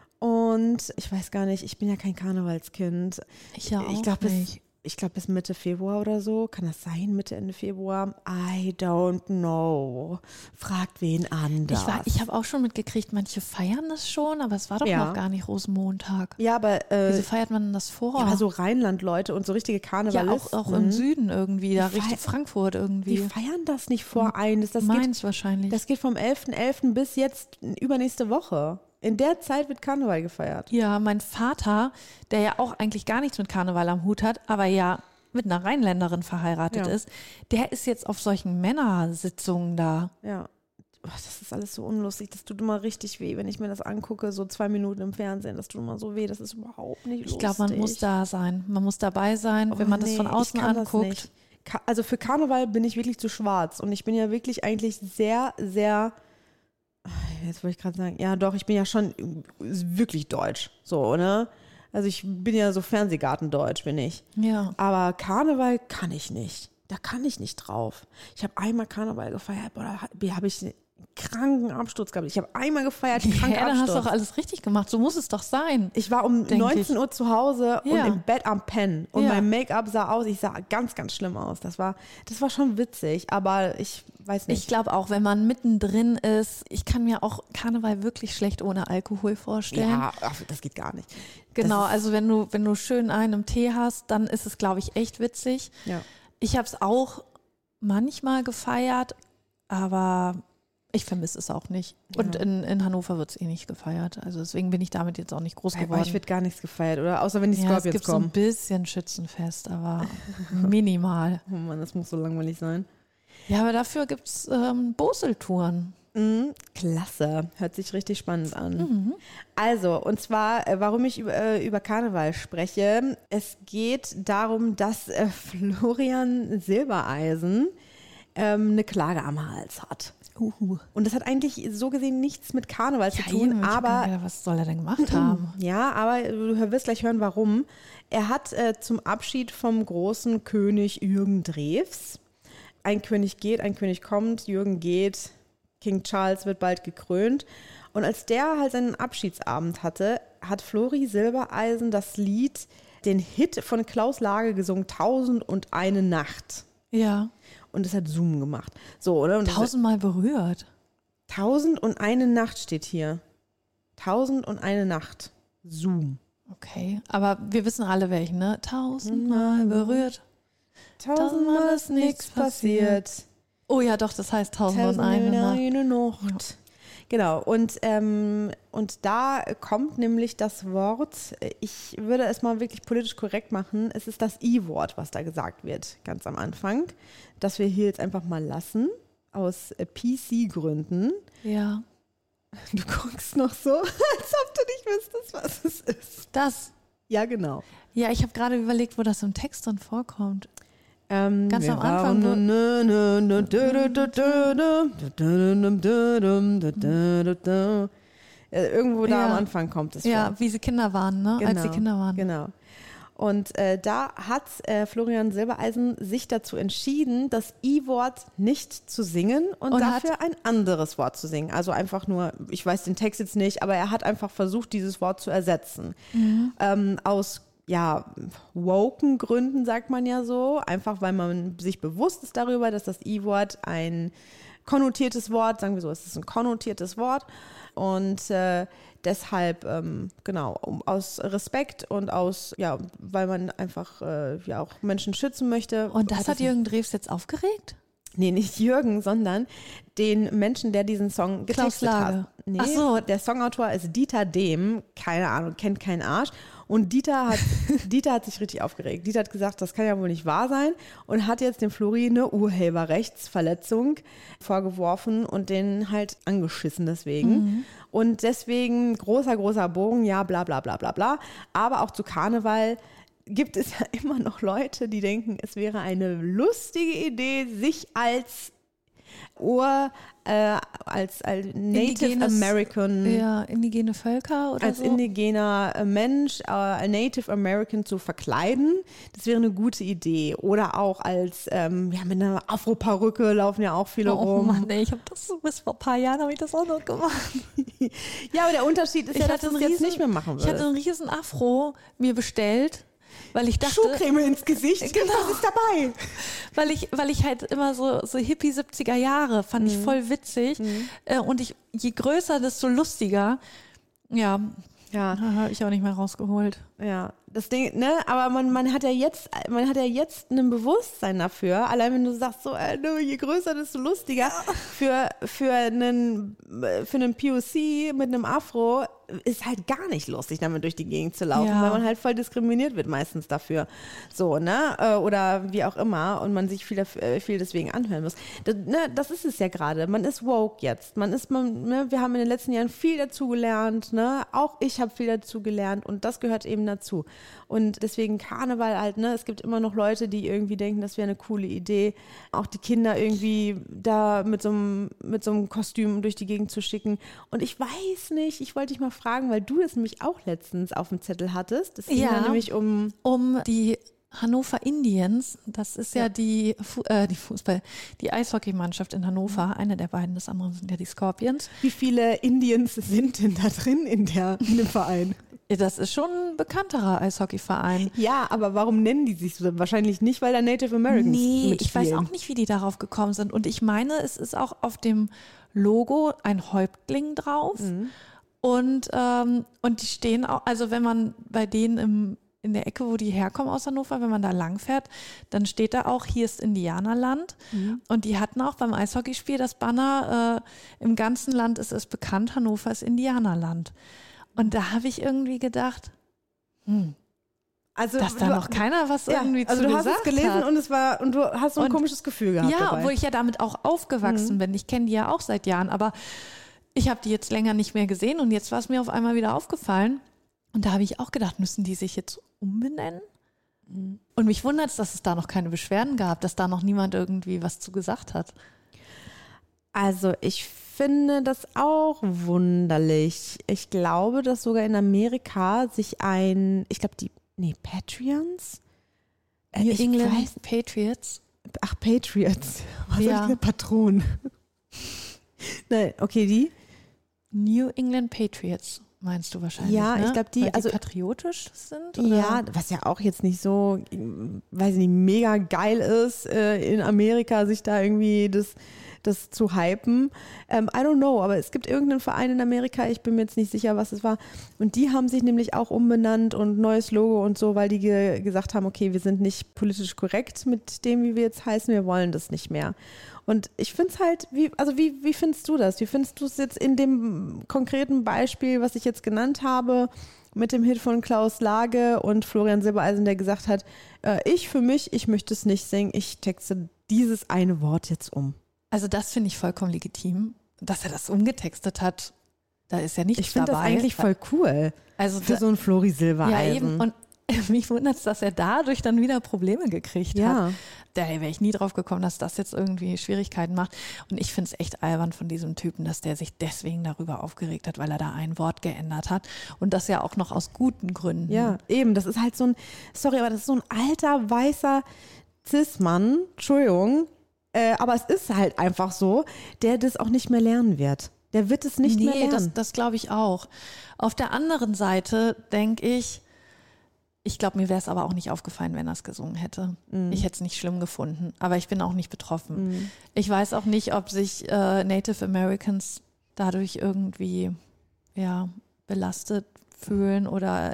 [SPEAKER 3] Und ich weiß gar nicht, ich bin ja kein Karnevalskind.
[SPEAKER 2] Ich ja auch
[SPEAKER 3] ich glaube bis,
[SPEAKER 2] nicht.
[SPEAKER 3] ich glaub, bis Mitte Februar oder so. Kann das sein, Mitte, Ende Februar? I don't know. Fragt wen anders.
[SPEAKER 2] Ich, war- ich habe auch schon mitgekriegt, manche feiern das schon, aber es war doch
[SPEAKER 3] Ja.
[SPEAKER 2] noch gar nicht Rosenmontag.
[SPEAKER 3] ja, aber, äh,
[SPEAKER 2] Wieso feiert man denn das vor?
[SPEAKER 3] ja, aber so Rheinland-Leute und so richtige
[SPEAKER 2] Ja,
[SPEAKER 3] Karnevalisten.
[SPEAKER 2] auch, auch im Süden irgendwie, da
[SPEAKER 3] Die
[SPEAKER 2] Richtung
[SPEAKER 3] feiern-
[SPEAKER 2] Frankfurt
[SPEAKER 3] Die
[SPEAKER 2] irgendwie.
[SPEAKER 3] feiern das nicht vor ein. Das, das, geht,
[SPEAKER 2] Mainz wahrscheinlich.
[SPEAKER 3] das geht vom elften elften bis jetzt übernächste Woche. In der Zeit wird Karneval gefeiert.
[SPEAKER 2] Ja, mein Vater, der ja auch eigentlich gar nichts mit Karneval am Hut hat, aber ja mit einer Rheinländerin verheiratet
[SPEAKER 3] Ja.
[SPEAKER 2] ist, der ist jetzt auf solchen Männersitzungen da.
[SPEAKER 3] Ja. Oh, das ist alles so unlustig. Das tut immer richtig weh, wenn ich mir das angucke, so zwei Minuten im Fernsehen. Das tut immer so weh. Das ist überhaupt nicht lustig.
[SPEAKER 2] Ich glaube, man muss da sein. Man muss dabei sein, wenn
[SPEAKER 3] Oh,
[SPEAKER 2] man das
[SPEAKER 3] nee,
[SPEAKER 2] von
[SPEAKER 3] ich
[SPEAKER 2] außen
[SPEAKER 3] kann das
[SPEAKER 2] anguckt.
[SPEAKER 3] nicht. Ka- Also für Karneval bin ich wirklich zu schwarz. Und ich bin ja wirklich eigentlich sehr, sehr, jetzt wollte ich gerade sagen, ja doch, ich bin ja schon wirklich deutsch. So, ne? Also ich bin ja so Fernsehgartendeutsch, bin ich.
[SPEAKER 2] Ja.
[SPEAKER 3] Aber Karneval kann ich nicht. Da kann ich nicht drauf. Ich habe einmal Karneval gefeiert, boah, da habe ich einen kranken Absturz gehabt. Ich habe einmal gefeiert, einen kranken
[SPEAKER 2] Ja, dann hast du
[SPEAKER 3] Absturz.
[SPEAKER 2] doch alles richtig gemacht. So muss es doch sein.
[SPEAKER 3] Ich war um
[SPEAKER 2] Denk
[SPEAKER 3] neunzehn Uhr zu Hause
[SPEAKER 2] Ja.
[SPEAKER 3] und im Bett am Pennen. Und
[SPEAKER 2] Ja.
[SPEAKER 3] mein Make-up sah aus, ich sah ganz, ganz schlimm aus. Das war, das war schon witzig, aber ich weiß nicht.
[SPEAKER 2] Ich glaube auch, wenn man mittendrin ist, ich kann mir auch Karneval wirklich schlecht ohne Alkohol vorstellen.
[SPEAKER 3] ja, ach, das geht gar nicht.
[SPEAKER 2] Genau,
[SPEAKER 3] Das ist,
[SPEAKER 2] also wenn du, wenn du schön einen im Tee hast, dann ist es, glaube ich, echt witzig.
[SPEAKER 3] ja.
[SPEAKER 2] Ich habe es auch manchmal gefeiert, aber ich vermisse es auch nicht. Und
[SPEAKER 3] Ja.
[SPEAKER 2] in, in Hannover wird es eh nicht gefeiert. Also deswegen bin ich damit jetzt auch nicht groß
[SPEAKER 3] Bei
[SPEAKER 2] geworden.
[SPEAKER 3] euch wird gar nichts gefeiert, oder? Außer wenn die
[SPEAKER 2] ja, es
[SPEAKER 3] Scorpions
[SPEAKER 2] gibt so ein
[SPEAKER 3] kommen.
[SPEAKER 2] bisschen Schützenfest, aber minimal.
[SPEAKER 3] Oh Mann, das muss so langweilig sein.
[SPEAKER 2] Ja, aber dafür gibt es ähm, Boseltouren.
[SPEAKER 3] Mhm, klasse, hört sich richtig spannend an. Also, und zwar, äh, warum ich über, äh, über Karneval spreche. Es geht darum, dass äh, Florian Silbereisen ähm, eine Klage am Hals hat.
[SPEAKER 2] Uhu.
[SPEAKER 3] Und das hat eigentlich so gesehen nichts mit Karneval zu
[SPEAKER 2] Ja,
[SPEAKER 3] tun,
[SPEAKER 2] eben, ich hab
[SPEAKER 3] aber
[SPEAKER 2] gedacht, was soll er denn gemacht haben?
[SPEAKER 3] ja, aber du wirst gleich hören, warum. Er hat äh, zum Abschied vom großen König Jürgen Drews, ein König geht, ein König kommt, Jürgen geht, King Charles wird bald gekrönt. Und als der halt seinen Abschiedsabend hatte, hat Flori Silbereisen das Lied, den Hit von Klaus Lage gesungen, Tausend und eine Nacht.
[SPEAKER 2] Ja,
[SPEAKER 3] Und es hat Zoom gemacht. So, oder? Und das-
[SPEAKER 2] tausendmal berührt.
[SPEAKER 3] Tausend und eine Nacht steht hier. Tausend und eine Nacht. Zoom.
[SPEAKER 2] Okay, aber wir wissen alle welchen, ne? Tausendmal berührt.
[SPEAKER 3] Tausendmal ist nichts passiert.
[SPEAKER 2] Oh ja, doch, das heißt Tausend und
[SPEAKER 3] Tausend
[SPEAKER 2] eine
[SPEAKER 3] und
[SPEAKER 2] Nacht.
[SPEAKER 3] eine Nacht. Genau, und, ähm, und da kommt nämlich das Wort, ich würde es mal wirklich politisch korrekt machen, es ist das I-Wort, was da gesagt wird, ganz am Anfang, das wir hier jetzt einfach mal lassen, aus äh, P C-Gründen.
[SPEAKER 2] Ja,
[SPEAKER 3] Du guckst noch so, als ob du nicht wüsstest, was es ist.
[SPEAKER 2] das.
[SPEAKER 3] Ja, genau.
[SPEAKER 2] Ja, ich habe gerade überlegt, wo das im Text drin vorkommt.
[SPEAKER 3] Ähm,
[SPEAKER 2] Ganz
[SPEAKER 3] wir
[SPEAKER 2] am Anfang,
[SPEAKER 3] waren- nö, nö, nö, dö, dö, dö, dö, dö, dö, dö, dö, dö, dö. Äh, Irgendwo da
[SPEAKER 2] Ja.
[SPEAKER 3] am Anfang kommt es
[SPEAKER 2] Ja,
[SPEAKER 3] vor.
[SPEAKER 2] wie sie Kinder waren, ne? Als sie Kinder waren.
[SPEAKER 3] Genau. Und äh, da hat äh, Florian Silbereisen sich dazu entschieden, das I-Wort nicht zu singen und,
[SPEAKER 2] Und
[SPEAKER 3] dafür ein anderes Wort zu singen. Also einfach nur, ich weiß den Text jetzt nicht, aber er hat einfach versucht, dieses Wort zu ersetzen.
[SPEAKER 2] Mhm.
[SPEAKER 3] Ähm, aus ja, woken Gründen, sagt man ja so. Einfach, weil man sich bewusst ist darüber, dass das I-Wort ein konnotiertes Wort, sagen wir so, es ist ein konnotiertes Wort. Und äh, deshalb, ähm, genau, um, aus Respekt und aus, ja, weil man einfach äh, ja auch Menschen schützen möchte.
[SPEAKER 2] Und das hat Jürgen Drews jetzt aufgeregt?
[SPEAKER 3] Nee, nicht Jürgen, sondern den Menschen, der diesen Song
[SPEAKER 2] Klaus
[SPEAKER 3] getextet
[SPEAKER 2] Lage.
[SPEAKER 3] hat. Nee,
[SPEAKER 2] Ach so.
[SPEAKER 3] Der Songautor ist Dieter Dehm, keine Ahnung, kennt keinen Arsch. Und Dieter hat, Dieter hat sich richtig aufgeregt. Dieter hat gesagt, das kann ja wohl nicht wahr sein und hat jetzt dem Flori eine Urheberrechtsverletzung vorgeworfen und den halt angeschissen deswegen.
[SPEAKER 2] Mhm.
[SPEAKER 3] Und deswegen großer, großer Bogen, ja, bla bla bla bla bla. Aber auch zu Karneval gibt es ja immer noch Leute, die denken, es wäre eine lustige Idee, sich als Ur, äh, als, als Native
[SPEAKER 2] Indigenes-
[SPEAKER 3] American,
[SPEAKER 2] Ja, indigene Völker oder
[SPEAKER 3] als
[SPEAKER 2] so.
[SPEAKER 3] indigener äh, Mensch, äh, Native American zu verkleiden. Das wäre eine gute Idee. Oder auch als, ähm, ja, mit einer Afro-Perücke laufen ja auch viele
[SPEAKER 2] Oh
[SPEAKER 3] rum.
[SPEAKER 2] Mann, ey, ich habe das bis vor ein paar Jahren habe ich das auch noch gemacht.
[SPEAKER 3] Ja, aber der Unterschied ist ja, dass du
[SPEAKER 2] einen
[SPEAKER 3] es jetzt
[SPEAKER 2] riesen-
[SPEAKER 3] nicht mehr machen
[SPEAKER 2] Ich hatte
[SPEAKER 3] würdest.
[SPEAKER 2] einen riesen Afro mir bestellt, weil ich dachte,
[SPEAKER 3] Schuhcreme ins Gesicht,
[SPEAKER 2] Genau.
[SPEAKER 3] was ist dabei?
[SPEAKER 2] weil ich, weil ich halt immer so, so Hippie siebziger Jahre fand ich voll witzig. Äh, und ich, je größer, desto lustiger. Ja,
[SPEAKER 3] Ja,
[SPEAKER 2] habe ich auch nicht mehr rausgeholt.
[SPEAKER 3] ja. Das Ding, ne, aber man, man hat ja jetzt, man hat ja jetzt ein Bewusstsein dafür. Allein wenn du sagst, so, äh, ne, je größer, desto lustiger. Für, für einen, für einen P O C mit einem Afro ist halt gar nicht lustig, damit durch die Gegend zu laufen,
[SPEAKER 2] Ja.
[SPEAKER 3] weil man halt voll diskriminiert wird meistens dafür. So, ne, äh, oder wie auch immer und man sich viel, äh, viel deswegen anhören muss. Das, ne, das ist es ja gerade. Man ist woke jetzt. Man ist, man, ne, wir haben in den letzten Jahren viel dazu gelernt, ne, auch ich habe viel dazu gelernt und das gehört eben dazu. Und deswegen Karneval halt, ne, es gibt immer noch Leute, die irgendwie denken, das wäre eine coole Idee, auch die Kinder irgendwie da mit so einem, mit so einem Kostüm durch die Gegend zu schicken. Und ich weiß nicht, ich wollte dich mal fragen, weil du das nämlich auch letztens auf dem Zettel hattest. Das ging
[SPEAKER 2] Ja.
[SPEAKER 3] ja nämlich um,
[SPEAKER 2] Um die Hannover Indians, das ist ja,
[SPEAKER 3] Ja.
[SPEAKER 2] die, Fu äh, die Fußball, die Eishockeymannschaft in Hannover, eine der beiden, das andere sind ja die Scorpions.
[SPEAKER 3] wie viele Indians sind denn da drin in, der, in dem Verein?
[SPEAKER 2] Ja, das ist schon ein bekannterer Eishockeyverein.
[SPEAKER 3] Ja, aber warum nennen die sich so? Wahrscheinlich nicht, weil da Native Americans
[SPEAKER 2] Nee,
[SPEAKER 3] mitspielen.
[SPEAKER 2] ich weiß auch nicht, wie die darauf gekommen sind. Und ich meine, es ist auch auf dem Logo ein Häuptling drauf. Und, ähm, und die stehen auch, also wenn man bei denen im, in der Ecke, wo die herkommen aus Hannover, wenn man da lang fährt, dann steht da auch, hier ist Indianerland. Und die hatten auch beim Eishockeyspiel das Banner, äh, im ganzen Land ist es bekannt, Hannover ist Indianerland. Und da habe ich irgendwie gedacht,
[SPEAKER 3] also,
[SPEAKER 2] dass da
[SPEAKER 3] du-
[SPEAKER 2] noch keiner was
[SPEAKER 3] ja,
[SPEAKER 2] irgendwie
[SPEAKER 3] also
[SPEAKER 2] zu
[SPEAKER 3] du hast
[SPEAKER 2] gesagt
[SPEAKER 3] es gelesen
[SPEAKER 2] hat.
[SPEAKER 3] und es war und du hast so ein
[SPEAKER 2] Und-
[SPEAKER 3] komisches Gefühl gehabt
[SPEAKER 2] Ja,
[SPEAKER 3] dabei.
[SPEAKER 2] obwohl ich ja damit auch aufgewachsen bin. Ich kenne die ja auch seit Jahren, aber ich habe die jetzt länger nicht mehr gesehen und jetzt war es mir auf einmal wieder aufgefallen. Und da habe ich auch gedacht, müssen die sich jetzt umbenennen? Und mich wundert es, dass es da noch keine Beschwerden gab, dass da noch niemand irgendwie was zu gesagt hat.
[SPEAKER 3] Also ich finde das auch wunderlich. Ich glaube, dass sogar in Amerika sich ein, ich glaube die, nee, Patreons? Äh,
[SPEAKER 2] New
[SPEAKER 3] ich
[SPEAKER 2] England
[SPEAKER 3] weiß,
[SPEAKER 2] Patriots.
[SPEAKER 3] ach, Patriots. Was
[SPEAKER 2] Ja.
[SPEAKER 3] ja. Patron. Nein, okay, die?
[SPEAKER 2] New England Patriots meinst du wahrscheinlich,
[SPEAKER 3] Ja,
[SPEAKER 2] ne?
[SPEAKER 3] ich glaub, die-
[SPEAKER 2] Weil
[SPEAKER 3] also-
[SPEAKER 2] patriotisch sind? Oder?
[SPEAKER 3] Ja, was ja auch jetzt nicht so, weiß ich nicht, mega geil ist, äh, in Amerika sich da irgendwie das, das zu hypen. Ähm, I don't know, aber es gibt irgendeinen Verein in Amerika, ich bin mir jetzt nicht sicher, was es war. Und die haben sich nämlich auch umbenannt und neues Logo und so, weil die ge- gesagt haben, okay, wir sind nicht politisch korrekt mit dem, wie wir jetzt heißen, wir wollen das nicht mehr. Und ich finde es halt, wie, also wie, wie findest du das? Wie findest du es jetzt in dem konkreten Beispiel, was ich jetzt genannt habe, mit dem Hit von Klaus Lage und Florian Silbereisen, der gesagt hat, äh, ich für mich, ich möchte es nicht singen, ich texte dieses eine Wort jetzt um.
[SPEAKER 2] Also das finde ich vollkommen legitim, dass er das umgetextet hat. da ist ja nichts
[SPEAKER 3] Ich finde das
[SPEAKER 2] dabei.
[SPEAKER 3] eigentlich voll cool.
[SPEAKER 2] Also
[SPEAKER 3] für
[SPEAKER 2] da,
[SPEAKER 3] so ein Flori
[SPEAKER 2] ja,
[SPEAKER 3] Silbereisen.
[SPEAKER 2] eben. Und mich wundert es, dass er dadurch dann wieder Probleme gekriegt
[SPEAKER 3] Ja.
[SPEAKER 2] hat. Da wäre ich nie drauf gekommen, dass das jetzt irgendwie Schwierigkeiten macht. Und ich finde es echt albern von diesem Typen, dass der sich deswegen darüber aufgeregt hat, weil er da ein Wort geändert hat. Und das ja auch noch aus guten Gründen.
[SPEAKER 3] Ja, eben. Das ist halt so ein, sorry, aber das ist so ein alter, weißer Cis-Mann, Entschuldigung, äh, aber es ist halt einfach so, der das auch nicht mehr lernen wird. Der wird es nicht
[SPEAKER 2] nee,
[SPEAKER 3] mehr lernen.
[SPEAKER 2] das, das glaube ich auch. Auf der anderen Seite denke ich, ich glaube, mir wäre es aber auch nicht aufgefallen, wenn er es gesungen hätte. Mm. Ich hätte es nicht schlimm gefunden, aber ich bin auch nicht betroffen. Mm. Ich weiß auch nicht, ob sich äh, Native Americans dadurch irgendwie ja, belastet fühlen oder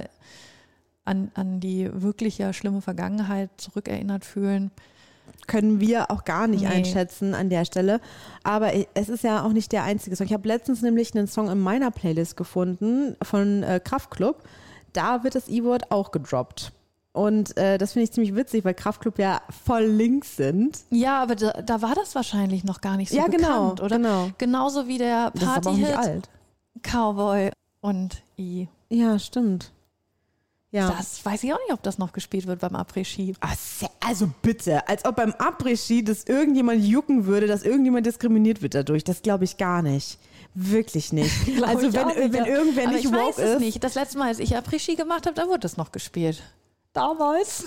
[SPEAKER 2] an, an die wirklich ja schlimme Vergangenheit zurückerinnert fühlen.
[SPEAKER 3] Können wir auch gar nicht
[SPEAKER 2] Nee.
[SPEAKER 3] einschätzen an der Stelle. Aber es ist ja auch nicht der einzige Song. Ich habe letztens nämlich einen Song in meiner Playlist gefunden von äh, Kraftklub. Da wird das E-Wort auch gedroppt. Und äh, das finde ich ziemlich witzig, weil Kraftklub ja voll links sind.
[SPEAKER 2] Ja, aber da, da war das wahrscheinlich noch gar nicht so
[SPEAKER 3] Ja, genau,
[SPEAKER 2] bekannt, oder?
[SPEAKER 3] genau.
[SPEAKER 2] Genauso wie der
[SPEAKER 3] Das ist aber auch nicht
[SPEAKER 2] Partyhit
[SPEAKER 3] alt.
[SPEAKER 2] Cowboy und I.
[SPEAKER 3] Ja, stimmt. Ja.
[SPEAKER 2] Das weiß ich auch nicht, ob das noch gespielt wird beim Après-Ski.
[SPEAKER 3] Ach, se- Also bitte, als ob beim Après-Ski das irgendjemand jucken würde, dass irgendjemand diskriminiert wird dadurch. Das glaube ich gar nicht. Wirklich nicht.
[SPEAKER 2] Glaub
[SPEAKER 3] Also
[SPEAKER 2] ich
[SPEAKER 3] wenn,
[SPEAKER 2] auch nicht,
[SPEAKER 3] wenn
[SPEAKER 2] ja.
[SPEAKER 3] irgendwer
[SPEAKER 2] Aber
[SPEAKER 3] nicht
[SPEAKER 2] ich
[SPEAKER 3] woke
[SPEAKER 2] weiß es
[SPEAKER 3] ist.
[SPEAKER 2] nicht. Das letzte Mal, als ich Après-Ski gemacht habe, da wurde das noch gespielt. Damals.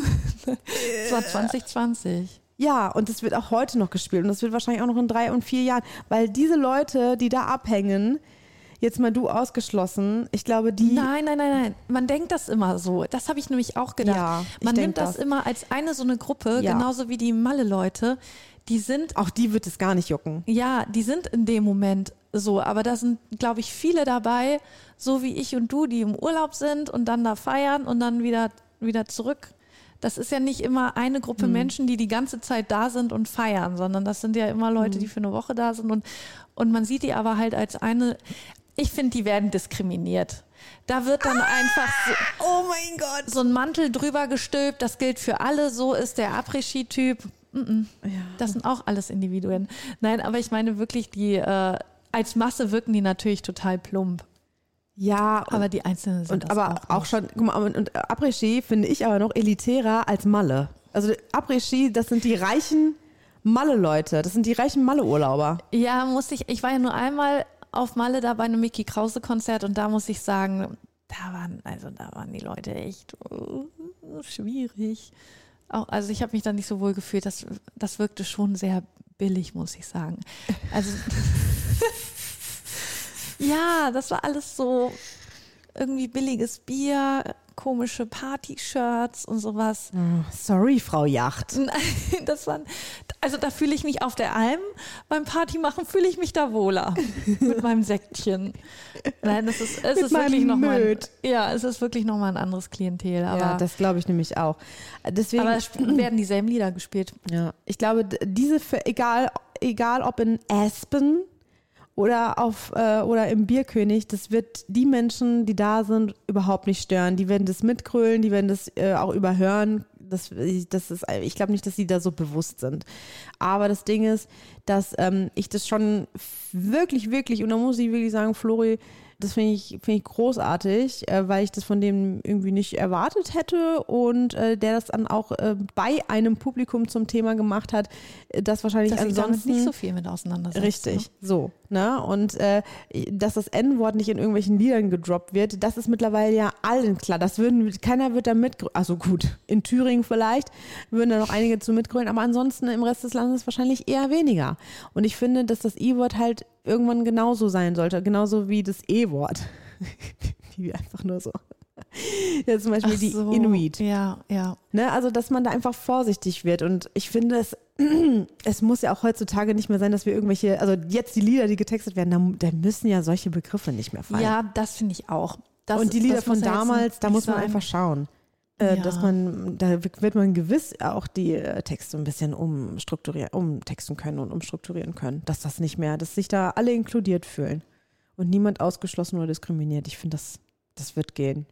[SPEAKER 2] Das war zwanzig zwanzig.
[SPEAKER 3] Ja, und das wird auch heute noch gespielt. Und das wird wahrscheinlich auch noch in drei und vier Jahren. Weil diese Leute, die da abhängen, jetzt mal du ausgeschlossen, ich glaube, die...
[SPEAKER 2] Nein, nein, nein, nein. Man denkt das immer so. Das habe ich nämlich auch gedacht.
[SPEAKER 3] Ja, ich
[SPEAKER 2] Man
[SPEAKER 3] denk
[SPEAKER 2] nimmt das,
[SPEAKER 3] das.
[SPEAKER 2] immer als eine so eine Gruppe,
[SPEAKER 3] Ja.
[SPEAKER 2] genauso wie die Malle-Leute. Die sind
[SPEAKER 3] Auch die wird es gar nicht jucken.
[SPEAKER 2] Ja, die sind in dem Moment so, aber da sind, glaube ich, viele dabei, so wie ich und du, die im Urlaub sind und dann da feiern und dann wieder, wieder zurück. Das ist ja nicht immer eine Gruppe
[SPEAKER 3] Hm.
[SPEAKER 2] Menschen, die die ganze Zeit da sind und feiern, sondern das sind ja immer Leute,
[SPEAKER 3] Hm.
[SPEAKER 2] die für eine Woche da sind und, und man sieht die aber halt als eine, ich finde, die werden diskriminiert. Da wird dann einfach so,
[SPEAKER 3] Oh mein Gott.
[SPEAKER 2] so ein Mantel drüber gestülpt, das gilt für alle, so ist der Après-Ski-Typ. Mm-mm. Das sind auch alles Individuen. Nein, aber ich meine wirklich, die äh, als Masse wirken die natürlich total plump.
[SPEAKER 3] Ja,
[SPEAKER 2] Aber die Einzelnen sind
[SPEAKER 3] und
[SPEAKER 2] das
[SPEAKER 3] aber
[SPEAKER 2] auch,
[SPEAKER 3] auch, schon, guck mal, und, und Après-Ski finde ich aber noch elitärer als Malle. Also Après-Ski, das sind die reichen Malle-Leute, das sind die reichen Malle-Urlauber.
[SPEAKER 2] Ja, muss ich, ich war ja nur einmal auf Malle da bei einem Mickey Krause Konzert und da muss ich sagen, da waren, also da waren die Leute echt uh, schwierig. Auch, also ich habe mich da nicht so wohl gefühlt, das, das wirkte schon sehr billig, muss ich sagen. Also ja, das war alles so irgendwie billiges Bier, komische Party-Shirts und sowas.
[SPEAKER 3] Sorry, Frau Yacht.
[SPEAKER 2] Nein, das waren, also da fühle ich mich auf der Alm, beim Party machen fühle ich mich da wohler mit meinem Sektchen. Nein, das ist, es
[SPEAKER 3] Mit
[SPEAKER 2] ist wirklich
[SPEAKER 3] meinem
[SPEAKER 2] nochmal,
[SPEAKER 3] Möd.
[SPEAKER 2] ja, es ist wirklich nochmal ein anderes Klientel. Aber,
[SPEAKER 3] Ja, das glaube ich nämlich auch. Deswegen,
[SPEAKER 2] aber es sp- werden dieselben Lieder gespielt.
[SPEAKER 3] ja, ich glaube, d- diese, für, egal, egal ob in Aspen oder auf äh, oder im Bierkönig, das wird die Menschen, die da sind, überhaupt nicht stören. Die werden das mitgrölen, die werden das äh, auch überhören. Das, das ist, ich glaube nicht, dass sie da so bewusst sind. Aber das Ding ist, dass ähm, ich das schon wirklich, wirklich, und da muss ich wirklich sagen, Flori, das finde ich, finde ich großartig, äh, weil ich das von dem irgendwie nicht erwartet hätte und äh, der das dann auch äh, bei einem Publikum zum Thema gemacht hat, äh, das wahrscheinlich
[SPEAKER 2] Dass sich damit
[SPEAKER 3] ansonsten
[SPEAKER 2] nicht so viel mit auseinandersetzt.
[SPEAKER 3] richtig, so, ne? Und äh, dass das N-Wort nicht in irgendwelchen Liedern gedroppt wird, das ist mittlerweile ja allen klar. Das würden, keiner wird da mit, also gut, in Thüringen vielleicht würden da noch einige zu mitgrölen, aber ansonsten im Rest des Landes wahrscheinlich eher weniger. Und ich finde, dass das I-Wort halt irgendwann genauso sein sollte, genauso wie das E-Wort. Die einfach nur so. Ja, zum Beispiel
[SPEAKER 2] Ach
[SPEAKER 3] die
[SPEAKER 2] so,
[SPEAKER 3] Inuit.
[SPEAKER 2] Ja, ja.
[SPEAKER 3] Ne, also, dass man da einfach vorsichtig wird. Und ich finde, es, es muss ja auch heutzutage nicht mehr sein, dass wir irgendwelche, also jetzt die Lieder, die getextet werden, da, da müssen ja solche Begriffe nicht mehr fallen.
[SPEAKER 2] Ja, das finde ich auch. Das,
[SPEAKER 3] und die Lieder
[SPEAKER 2] das
[SPEAKER 3] von
[SPEAKER 2] muss ja jetzt
[SPEAKER 3] damals, da
[SPEAKER 2] nicht
[SPEAKER 3] muss man
[SPEAKER 2] sein.
[SPEAKER 3] einfach schauen. Äh,
[SPEAKER 2] Ja.
[SPEAKER 3] Dass man, da wird man gewiss auch die äh, Texte ein bisschen umstrukturieren, umtexten können und umstrukturieren können. Dass das nicht mehr, dass sich da alle inkludiert fühlen und niemand ausgeschlossen oder diskriminiert. Ich finde, das, das wird gehen.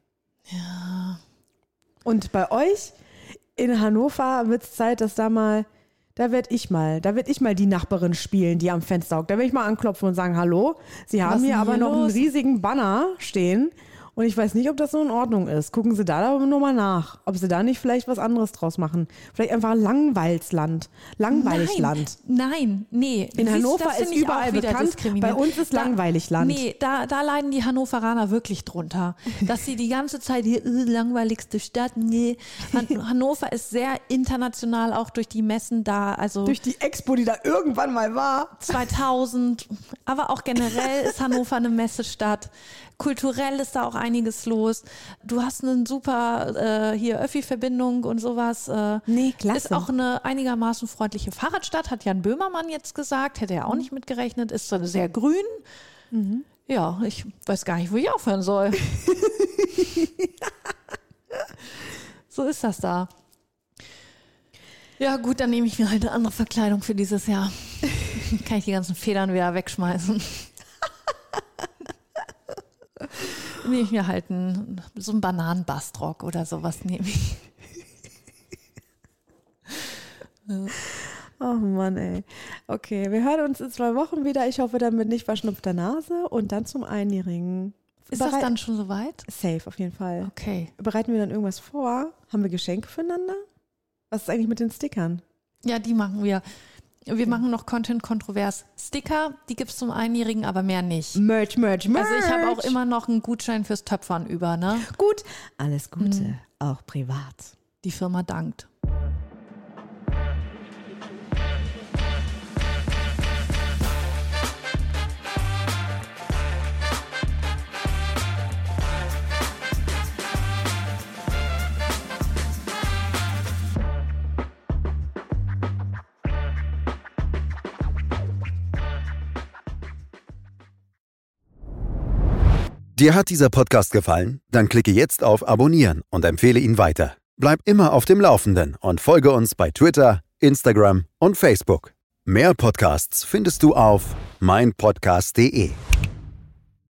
[SPEAKER 2] Ja.
[SPEAKER 3] Und bei euch in Hannover wird es Zeit, dass da mal, da werde ich mal, da werde ich mal die Nachbarin spielen, die am Fenster hockt. Da werde ich mal anklopfen und sagen, hallo, Sie haben
[SPEAKER 2] Was
[SPEAKER 3] hier
[SPEAKER 2] denn
[SPEAKER 3] aber
[SPEAKER 2] hier
[SPEAKER 3] noch einen
[SPEAKER 2] los?
[SPEAKER 3] riesigen Banner stehen und ich weiß nicht, ob das so in Ordnung ist. Gucken Sie da aber nur mal nach, ob Sie da nicht vielleicht was anderes draus machen. Vielleicht einfach Langweilsland, Langweiligland.
[SPEAKER 2] Nein, nein, nee.
[SPEAKER 3] In
[SPEAKER 2] Siehst du,
[SPEAKER 3] Hannover
[SPEAKER 2] das
[SPEAKER 3] ist
[SPEAKER 2] finde ich auch
[SPEAKER 3] überall
[SPEAKER 2] wieder
[SPEAKER 3] bekannt,
[SPEAKER 2] diskriminierend.
[SPEAKER 3] bei uns ist
[SPEAKER 2] Da-
[SPEAKER 3] Langweiligland.
[SPEAKER 2] Nee, da, da leiden die Hannoveraner wirklich drunter. Dass sie die ganze Zeit hier, äh, langweiligste Stadt, nee. Han- Hannover ist sehr international, auch durch die Messen da, also
[SPEAKER 3] Durch die Expo, die da irgendwann mal war.
[SPEAKER 2] zweitausend, aber auch generell ist Hannover eine Messestadt. Kulturell ist da auch einiges los. Du hast eine super äh, hier Öffi-Verbindung und sowas. Äh,
[SPEAKER 3] Nee, klasse.
[SPEAKER 2] Ist auch eine einigermaßen freundliche Fahrradstadt, hat Jan Böhmermann jetzt gesagt. Hätte er auch nicht mitgerechnet. Ist so sehr grün.
[SPEAKER 3] Mhm.
[SPEAKER 2] Ja, ich weiß gar nicht, wo ich aufhören soll. So ist das da. Ja gut, dann nehme ich mir halt eine andere Verkleidung für dieses Jahr. Kann ich die ganzen Federn wieder wegschmeißen. Nehme ich mir halt einen, so einen Bananenbastrock oder sowas nehme ich.
[SPEAKER 3] Oh Mann, ey. Okay, wir hören uns in zwei Wochen wieder. Ich hoffe dann mit nicht verschnupfter Nase und dann zum Einjährigen.
[SPEAKER 2] Ist das
[SPEAKER 3] Berei-
[SPEAKER 2] dann schon soweit?
[SPEAKER 3] Safe, auf jeden Fall.
[SPEAKER 2] Okay.
[SPEAKER 3] Bereiten wir dann irgendwas vor? Haben wir Geschenke füreinander? Was ist eigentlich mit den Stickern?
[SPEAKER 2] Ja, die machen wir. Wir machen noch Content kontrovers. Sticker, die gibt es zum Einjährigen, aber mehr nicht.
[SPEAKER 3] Merch, Merch, Merch.
[SPEAKER 2] Also ich habe auch immer noch einen Gutschein fürs Töpfern über, ne?
[SPEAKER 3] Gut, alles Gute,
[SPEAKER 2] Mhm.
[SPEAKER 3] auch privat.
[SPEAKER 2] Die Firma dankt.
[SPEAKER 5] Dir hat dieser Podcast gefallen? Dann klicke jetzt auf Abonnieren und empfehle ihn weiter. Bleib immer auf dem Laufenden und folge uns bei Twitter, Instagram und Facebook. Mehr Podcasts findest du auf meinpodcast punkt de.